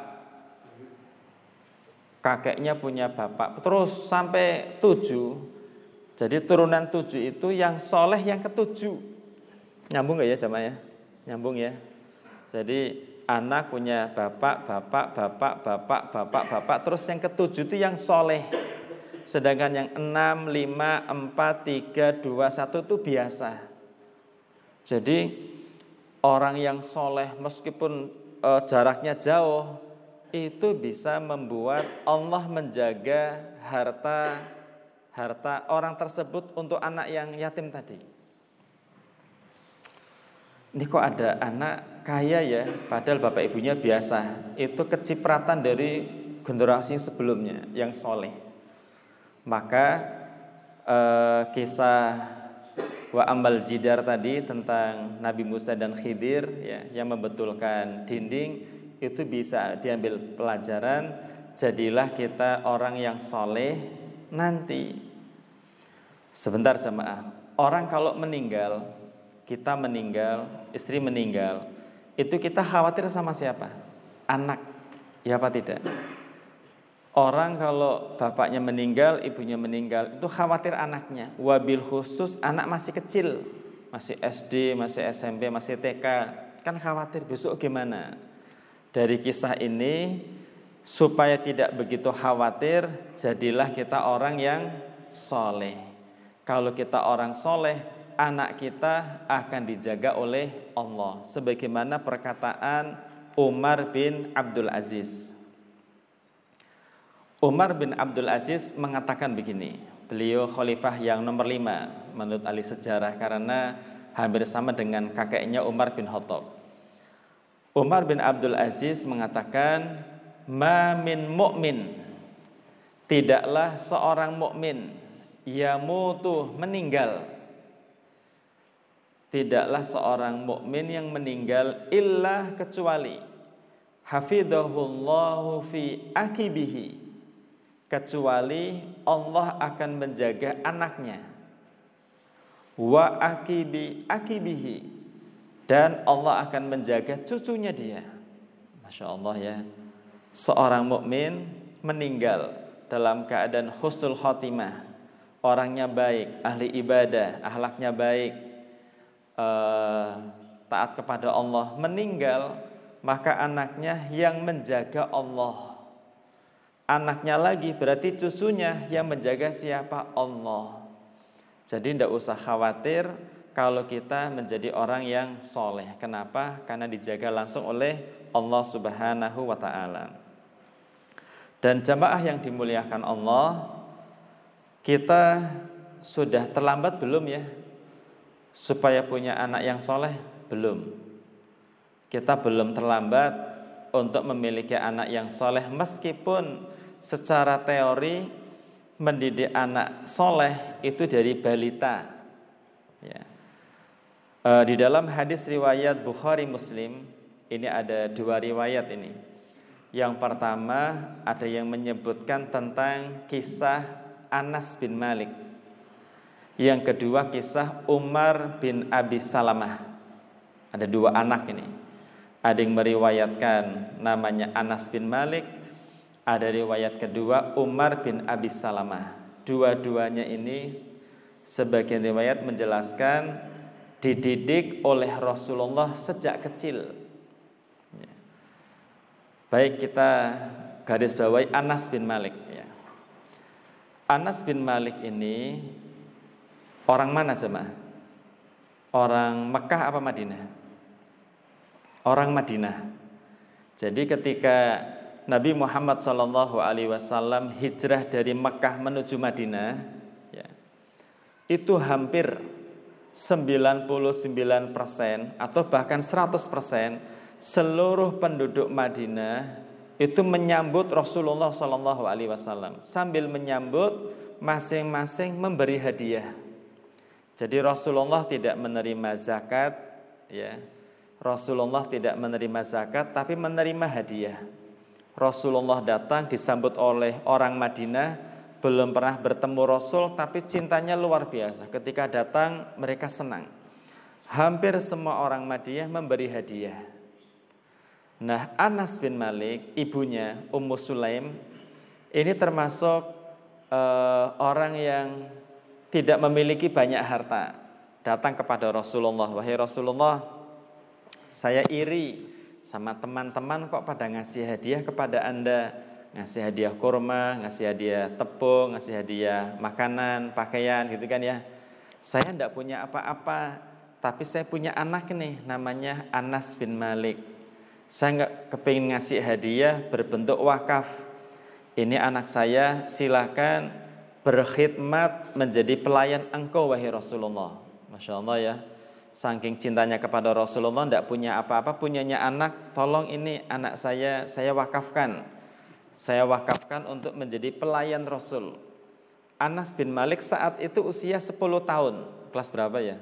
kakeknya punya bapak, terus sampai tujuh. Jadi turunan tujuh itu yang soleh yang ketujuh. Nyambung gak ya jamaah ya? Nyambung ya. Jadi anak punya bapak, bapak, bapak, bapak, bapak, bapak, terus yang ketujuh itu yang soleh. Sedangkan yang enam, lima, empat, tiga, dua, satu itu biasa. Jadi orang yang soleh meskipun e, jaraknya jauh, itu bisa membuat Allah menjaga harta harta orang tersebut untuk anak yang yatim tadi. Ini kok ada anak kaya ya, padahal bapak ibunya biasa. Itu kecipratan dari generasi sebelumnya yang soleh. Maka eh, kisah wa ambal jidar tadi tentang Nabi Musa dan Khidir ya, yang membetulkan dinding, itu bisa diambil pelajaran. Jadilah kita orang yang soleh nanti. Sebentar jemaah, orang kalau meninggal, kita meninggal, istri meninggal, itu kita khawatir sama siapa? Anak, ya apa tidak? Orang kalau bapaknya meninggal, ibunya meninggal, itu khawatir anaknya. Wabil khusus anak masih kecil, masih S D, masih S M P, masih T K, kan khawatir besok gimana. Dari kisah ini, supaya tidak begitu khawatir, jadilah kita orang yang soleh. Kalau kita orang soleh, anak kita akan dijaga oleh Allah. Sebagaimana perkataan Umar bin Abdul Aziz. Umar bin Abdul Aziz mengatakan begini. Beliau khalifah yang nomor lima menurut ahli sejarah, karena hampir sama dengan kakeknya Umar bin Khattab. Umar bin Abdul Aziz mengatakan, ma min mu'min, tidaklah seorang mukmin yamutu, meninggal, tidaklah seorang mukmin yang meninggal illa kecuali hafidhahullahu fi akibihi, kecuali Allah akan menjaga anaknya, wa akibi akibihi, dan Allah akan menjaga cucunya dia. Masya Allah ya, seorang mukmin meninggal dalam keadaan husnul khotimah, orangnya baik, ahli ibadah, akhlaknya baik, eh, taat kepada Allah, meninggal, maka anaknya yang menjaga Allah. Anaknya lagi berarti cucunya yang menjaga siapa? Allah. Jadi tidak usah khawatir kalau kita menjadi orang yang soleh. Kenapa? Karena dijaga langsung oleh Allah Subhanahu wa ta'ala. Dan jamaah yang dimuliakan Allah, kita sudah terlambat belum ya supaya punya anak yang soleh? Belum. Kita belum terlambat untuk memiliki anak yang soleh, meskipun secara teori mendidik anak soleh itu dari balita ya. E, di dalam hadis riwayat Bukhari Muslim ini ada dua riwayat ini. Yang pertama ada yang menyebutkan tentang kisah Anas bin Malik. Yang kedua kisah Umar bin Abi Salamah. Ada dua anak ini. Ada yang meriwayatkan namanya Anas bin Malik, ada riwayat kedua Umar bin Abi Salamah. Dua-duanya ini sebagian riwayat menjelaskan dididik oleh Rasulullah sejak kecil. Baik, kita garis bawahi Anas bin Malik ya. Anas bin Malik ini orang mana jemaah? Orang Mekah apa Madinah? Orang Madinah. Jadi ketika Nabi Muhammad shallallahu alaihi wasallam hijrah dari Mekah menuju Madinah ya, itu hampir sembilan puluh sembilan persen atau bahkan seratus persen seluruh penduduk Madinah itu menyambut Rasulullah shallallahu alaihi wasallam. Sambil menyambut, masing-masing memberi hadiah. Jadi Rasulullah tidak menerima zakat ya. Rasulullah tidak menerima zakat tapi menerima hadiah. Rasulullah datang disambut oleh orang Madinah, belum pernah bertemu Rasul tapi cintanya luar biasa. Ketika datang mereka senang. Hampir semua orang Madinah memberi hadiah. Nah, Anas bin Malik, ibunya Ummu Sulaim, ini termasuk uh, orang yang tidak memiliki banyak harta. Datang kepada Rasulullah, wahai Rasulullah, saya iri sama teman-teman kok pada ngasih hadiah kepada Anda. Ngasih hadiah kurma, ngasih hadiah tepung, ngasih hadiah makanan, pakaian gitu kan ya. Saya tidak punya apa-apa, tapi saya punya anak nih namanya Anas bin Malik. Saya nggak kepingin ngasih hadiah berbentuk wakaf. Ini anak saya, silakan berkhidmat menjadi pelayan engkau wahai Rasulullah. Masya Allah ya. Saking cintanya kepada Rasulullah, tidak punya apa-apa, punyanya anak. Tolong ini anak saya, saya wakafkan. Saya wakafkan untuk menjadi pelayan Rasul. Anas bin Malik saat itu usia sepuluh tahun. Kelas berapa ya?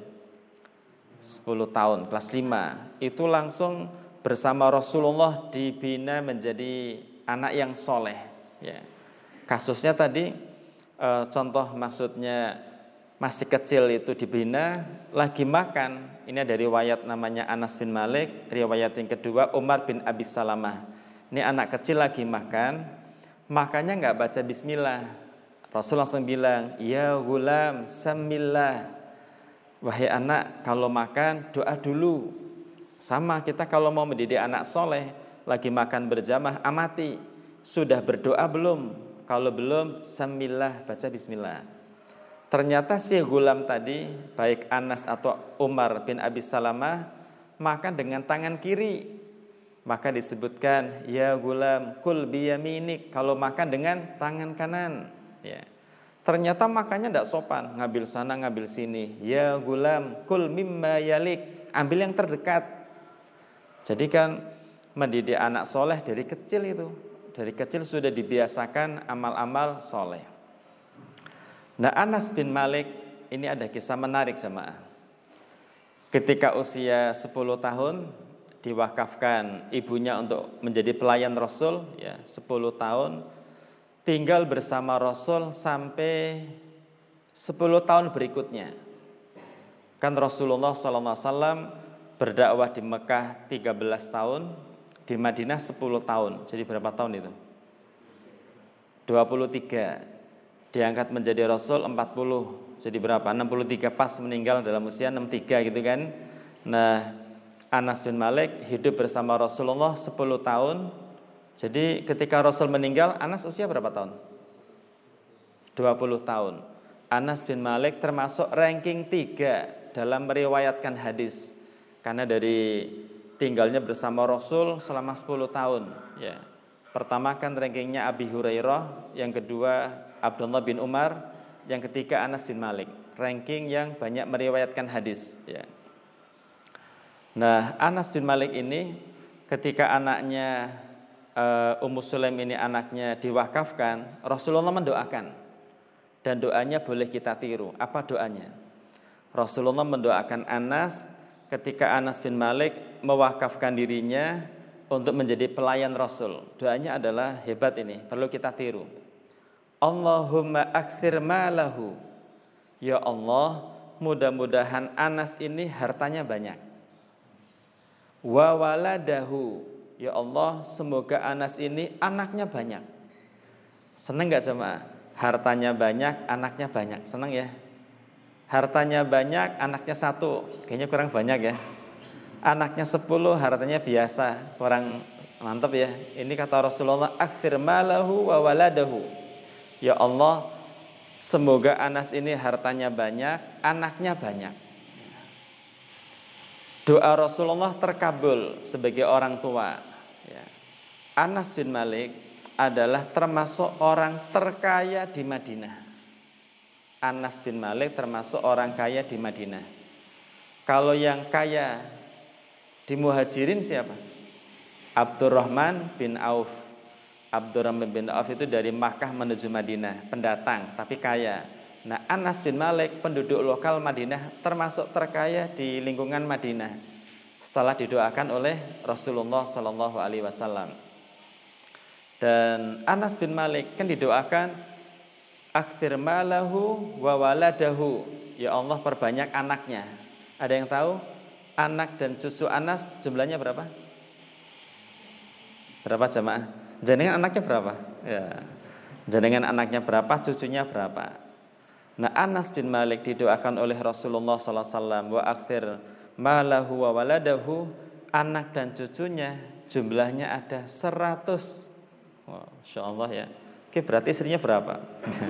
sepuluh tahun, kelas lima. Itu langsung bersama Rasulullah dibina menjadi anak yang soleh ya. Kasusnya tadi e, contoh maksudnya masih kecil itu dibina, lagi makan. Ini ada riwayat namanya Anas bin Malik. Riwayat yang kedua Umar bin Abi Salamah. Ini anak kecil lagi makan, makannya nggak baca bismillah. Rasul langsung bilang, ya gulam samillah. Wahai anak, kalau makan doa dulu. Sama kita kalau mau mendidik anak soleh, lagi makan berjamaah, amati, sudah berdoa belum? Kalau belum, samillah, baca bismillah. Ternyata si gulam tadi, baik Anas atau Umar bin Abi Salamah, makan dengan tangan kiri. Maka disebutkan, ya gulam, kul biyaminik, kalau makan dengan tangan kanan. Ya. Ternyata makannya tidak sopan, ngambil sana, ngambil sini. Ya gulam, kul mimma yalik, ambil yang terdekat. Jadi kan mendidik anak soleh dari kecil itu. Dari kecil sudah dibiasakan amal-amal soleh. Nah, Anas bin Malik ini ada kisah menarik jemaah. Ketika usia sepuluh tahun diwakafkan ibunya untuk menjadi pelayan Rasul ya, sepuluh tahun tinggal bersama Rasul sampai sepuluh tahun berikutnya. Kan Rasulullah shallallahu alaihi wasallam berdakwah di Mekah tiga belas tahun, di Madinah sepuluh tahun. Jadi berapa tahun itu? dua puluh tiga. diangkat menjadi rasul empat puluh. Jadi berapa? enam puluh tiga pas meninggal dalam usia enam puluh tiga gitu kan. Nah, Anas bin Malik hidup bersama Rasulullah sepuluh tahun. Jadi ketika Rasul meninggal, Anas usia berapa tahun? dua puluh tahun. Anas bin Malik termasuk ranking tiga dalam meriwayatkan hadis. Karena dari tinggalnya bersama Rasul selama sepuluh tahun, ya. Pertama kan rankingnya Abi Hurairah, yang kedua Abdullah bin Umar, yang ketiga Anas bin Malik. Ranking yang banyak meriwayatkan hadis, ya. Nah, Anas bin Malik ini ketika anaknya uh, Ummu Sulaim ini anaknya diwakafkan, Rasulullah mendoakan. Dan doanya boleh kita tiru. Apa doanya? Rasulullah mendoakan Anas ketika Anas bin Malik mewakafkan dirinya untuk menjadi pelayan Rasul. Doanya adalah hebat ini, perlu kita tiru. Allahumma akthir malahu. Ya Allah, mudah-mudahan Anas ini hartanya banyak. Wa waladahu. Ya Allah, semoga Anas ini anaknya banyak. Seneng gak jemaah? Hartanya banyak, anaknya banyak. Seneng ya? Hartanya banyak, anaknya satu. Kayaknya kurang banyak ya. Anaknya sepuluh, hartanya biasa. Kurang mantap ya. Ini kata Rasulullah, akthir malahu wa waladahu. Ya Allah, semoga Anas ini hartanya banyak, anaknya banyak. Doa Rasulullah terkabul sebagai orang tua, ya. Anas bin Malik adalah termasuk orang terkaya di Madinah. Anas bin Malik termasuk orang kaya di Madinah. Kalau yang kaya di Muhajirin siapa? Abdurrahman bin Auf. Abdurrahman bin Auf itu dari Makkah menuju Madinah, pendatang tapi kaya. Nah, Anas bin Malik penduduk lokal Madinah termasuk terkaya di lingkungan Madinah setelah didoakan oleh Rasulullah Shallallahu Alaihi Wasallam. Dan Anas bin Malik kan didoakan akthir malahu wa waladahu. Ya Allah, perbanyak anaknya. Ada yang tahu anak dan cucu Anas jumlahnya berapa? Berapa jemaah? Jenengan anaknya berapa? Ya. Jenengan anaknya berapa? Cucunya berapa? Nah, Anas bin Malik didoakan oleh Rasulullah sallallahu alaihi wasallam wa akthir malahu wa waladahu, anak dan cucunya jumlahnya ada seratus. Wah, insyaallah ya. Oke, berarti istrinya berapa?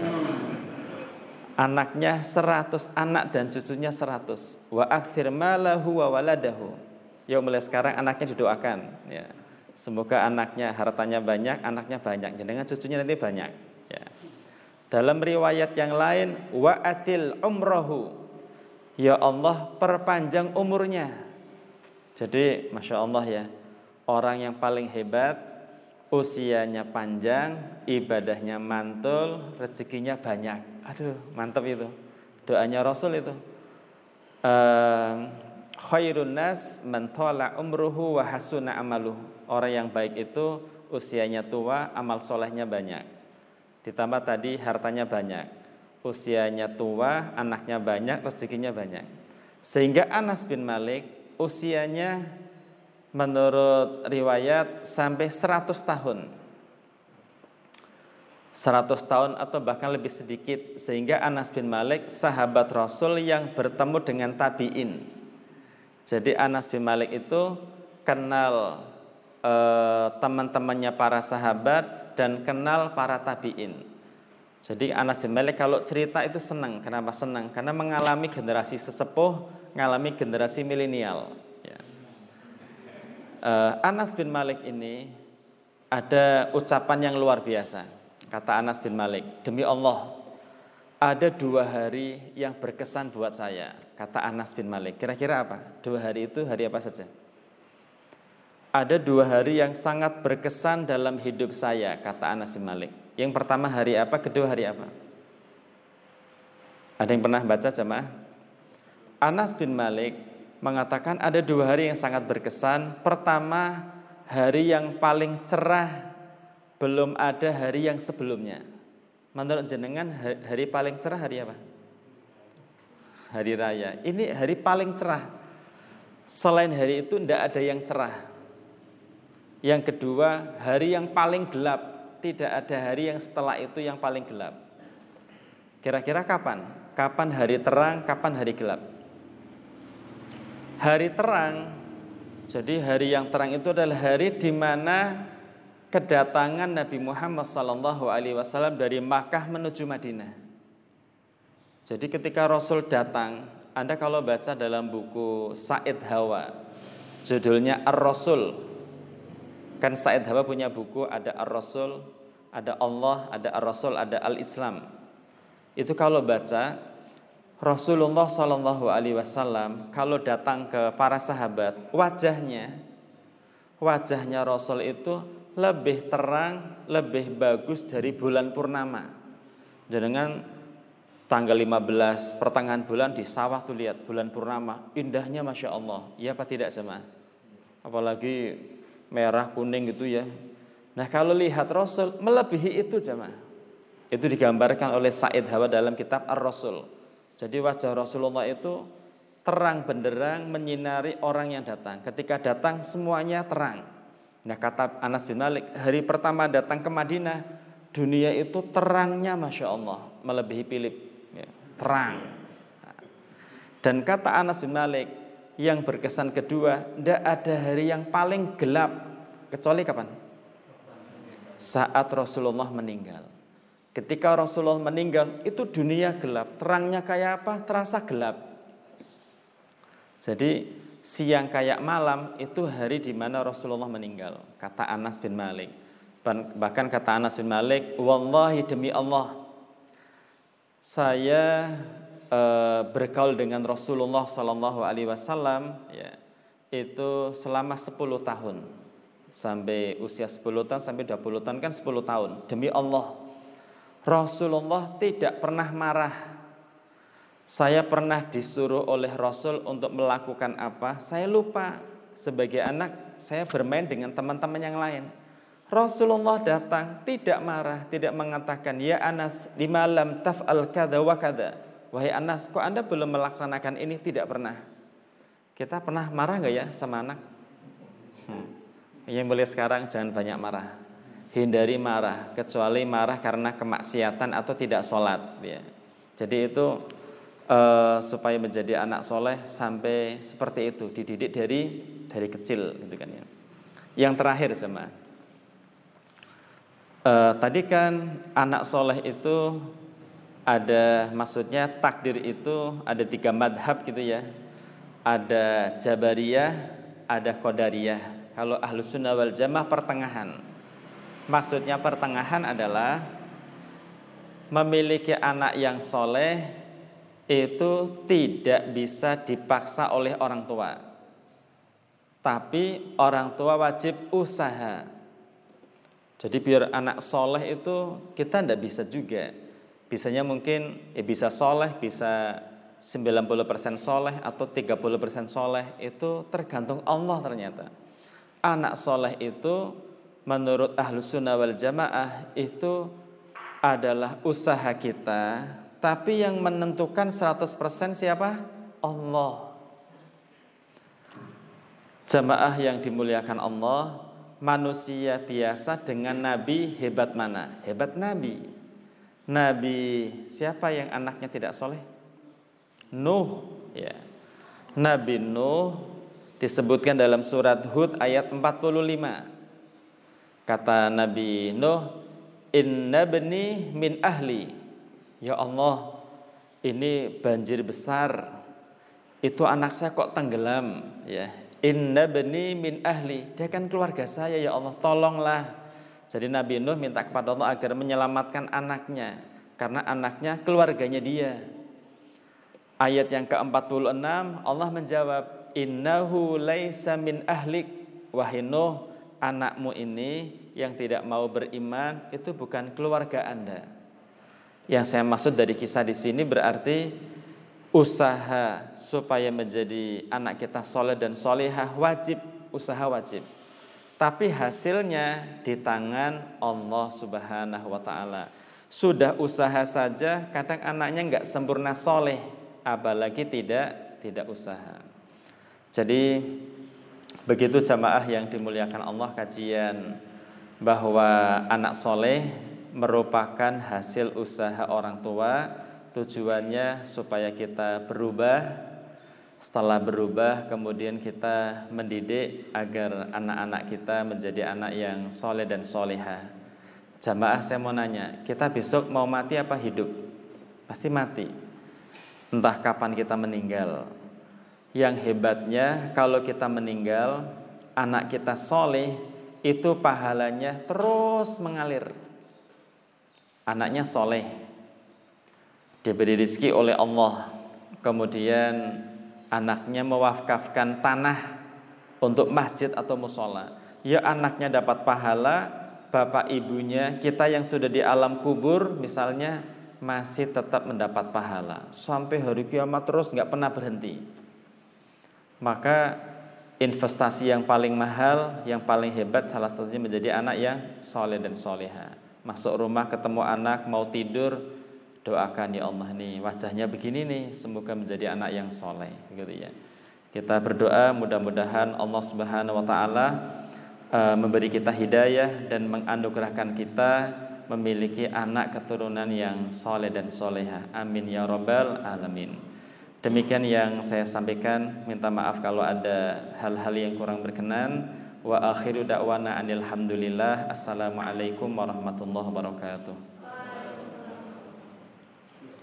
Anaknya seratus, anak dan cucunya seratus. Wa akthir malahu wa waladahu. Ya, mulai sekarang anaknya didoakan, ya. Semoga anaknya hartanya banyak, anaknya banyak, dengan cucunya nanti banyak, ya. Dalam riwayat yang lain, wa atil umrohu. Ya Allah, perpanjang umurnya. Jadi Masya Allah ya, orang yang paling hebat, usianya panjang, ibadahnya mantul, rezekinya banyak. Aduh, mantap itu. Doanya Rasul itu. Uh, Khairun nas man thala umruhu wa hasuna amaluhu. Orang yang baik itu usianya tua, amal solehnya banyak. Ditambah tadi hartanya banyak, usianya tua, anaknya banyak, rezekinya banyak. Sehingga Anas bin Malik usianya menurut riwayat sampai seratus tahun. seratus tahun atau bahkan lebih sedikit. Sehingga Anas bin Malik sahabat Rasul yang bertemu dengan tabi'in. Jadi Anas bin Malik itu kenal eh, teman-temannya para sahabat dan kenal para tabi'in. Jadi Anas bin Malik kalau cerita itu senang. Kenapa senang? Karena mengalami generasi sesepuh, mengalami generasi milenial, ya. uh, Anas bin Malik ini ada ucapan yang luar biasa. Kata Anas bin Malik, demi Allah, ada dua hari yang berkesan buat saya. Kata Anas bin Malik, kira-kira apa? Dua hari itu hari apa saja? Ada dua hari yang sangat berkesan dalam hidup saya, kata Anas bin Malik. Yang pertama hari apa? Kedua hari apa? Ada yang pernah baca jemaah? Anas bin Malik mengatakan ada dua hari yang sangat berkesan. Pertama, hari yang paling cerah, belum ada hari yang sebelumnya. Menurut jenengan hari paling cerah hari apa? Hari raya. Ini hari paling cerah. Selain hari itu tidak ada yang cerah. Yang kedua, hari yang paling gelap. Tidak ada hari yang setelah itu yang paling gelap. Kira-kira kapan? Kapan hari terang, kapan hari gelap? Hari terang, jadi hari yang terang itu adalah hari di mana kedatangan Nabi Muhammad sallallahu alaihi wasallam dari Makkah menuju Madinah. Jadi ketika Rasul datang, Anda kalau baca dalam buku Said Hawa, judulnya Ar-Rasul. Kan Said Hawa punya buku, ada Ar-Rasul, ada Allah, ada Ar-Rasul, ada Al-Islam. Itu kalau baca, Rasulullah sallallahu alaihi wasallam kalau datang ke para sahabat, wajahnya wajahnya Rasul itu lebih terang, lebih bagus dari bulan purnama. Dengan tanggal lima belas pertengahan bulan di sawah tuh lihat bulan purnama, indahnya Masya Allah. Iya apa tidak sama? Apalagi merah kuning gitu ya. Nah kalau lihat Rasul melebihi itu jemaah. Itu digambarkan oleh Said Hawa dalam kitab Ar-Rasul. Jadi wajah Rasulullah itu terang benderang menyinari orang yang datang. Ketika datang semuanya terang. Nah kata Anas bin Malik, hari pertama datang ke Madinah, dunia itu terangnya Masya Allah melebihi Philip, ya, terang. Dan kata Anas bin Malik, yang berkesan kedua, tidak ada hari yang paling gelap kecuali kapan? Saat Rasulullah meninggal. Ketika Rasulullah meninggal, itu dunia gelap. Terangnya kayak apa? Terasa gelap. Jadi siang kayak malam, itu hari di mana Rasulullah meninggal. Kata Anas bin Malik. Bahkan kata Anas bin Malik, wallahi demi Allah, saya e, bergaul dengan Rasulullah Sallallahu Alaihi Wasallam, ya, itu selama sepuluh tahun. Sampai usia sepuluh tahun, sampai dua puluh tahun kan sepuluh tahun. Demi Allah, Rasulullah tidak pernah marah. Saya pernah disuruh oleh Rasul untuk melakukan apa, saya lupa. Sebagai anak, saya bermain dengan teman-teman yang lain. Rasulullah datang, tidak marah, tidak mengatakan, ya Anas, di malam taf'al kada wa kada. Wahai Anas, kok Anda belum melaksanakan ini? Tidak pernah. Kita pernah marah gak ya sama anak? Hmm. Yang boleh sekarang jangan banyak marah. Hindari marah, kecuali marah karena kemaksiatan atau tidak sholat, ya. Jadi itu uh, supaya menjadi anak soleh sampai seperti itu, dididik dari dari kecil, gitu kan ya. Yang terakhir sama, uh, tadi kan anak soleh itu ada, maksudnya takdir itu ada tiga madhab gitu ya. Ada Jabariyah, ada Qadariyah. Kalau Ahlus Sunnah wal Jamaah pertengahan. Maksudnya pertengahan adalah memiliki anak yang soleh itu tidak bisa dipaksa oleh orang tua. Tapi orang tua wajib usaha. Jadi biar anak soleh itu kita tidak bisa juga. Bisanya mungkin ya bisa soleh, bisa sembilan puluh persen soleh atau tiga puluh persen soleh. Itu tergantung Allah ternyata. Anak soleh itu menurut Ahlus Sunnah wal Jamaah itu adalah usaha kita, tapi yang menentukan seratus persen siapa? Allah. Jamaah yang dimuliakan Allah, manusia biasa dengan Nabi hebat mana? Hebat Nabi. Nabi siapa yang anaknya tidak soleh? Nuh, ya. Nabi Nuh disebutkan dalam surat Hud ayat empat puluh lima. Kata Nabi Nuh, inna bani min ahli. Ya Allah, ini banjir besar. Itu anak saya kok tenggelam, ya. Inna bani min ahli. Dia kan keluarga saya, ya Allah, tolonglah. Jadi Nabi Nuh minta kepada Allah agar menyelamatkan anaknya, karena anaknya keluarganya dia. Ayat yang ke empat puluh enam, Allah menjawab, innahu laisa min ahlik. Wahai Nuh, anakmu ini yang tidak mau beriman itu bukan keluarga Anda. Yang saya maksud dari kisah di sini berarti usaha supaya menjadi anak kita soleh dan solehah wajib, usaha wajib. Tapi hasilnya di tangan Allah Subhanahu wa Ta'ala. Sudah usaha saja kadang anaknya enggak sempurna soleh, apalagi tidak tidak usaha. Jadi begitu jamaah yang dimuliakan Allah, kajian bahwa anak soleh merupakan hasil usaha orang tua tujuannya supaya kita berubah. Setelah berubah, kemudian kita mendidik agar anak-anak kita menjadi anak yang soleh dan solehah. Jamaah, saya mau nanya, kita besok mau mati apa hidup? Pasti mati. Entah kapan kita meninggal. Yang hebatnya kalau kita meninggal, anak kita soleh, itu pahalanya terus mengalir. Anaknya soleh, diberi rezeki oleh Allah, kemudian anaknya mewakafkan tanah untuk masjid atau musola, ya anaknya dapat pahala, bapak ibunya, kita yang sudah di alam kubur misalnya masih tetap mendapat pahala sampai hari kiamat terus, nggak pernah berhenti. Maka investasi yang paling mahal, yang paling hebat salah satunya menjadi anak yang soleh dan soleha. Masuk rumah ketemu anak mau tidur, doakan, ya Allah nih wajahnya begini nih, semoga menjadi anak yang soleh, gitu ya. Kita berdoa mudah-mudahan Allah Subhanahu Wa Taala uh, memberi kita hidayah dan menganugerahkan kita memiliki anak keturunan yang soleh dan soleha. Amin ya Rabbal Alamin. Demikian yang saya sampaikan. Minta maaf kalau ada hal-hal yang kurang berkenan. Wa akhiru da'wana anil hamdulillah. Assalamualaikum warahmatullahi wabarakatuh.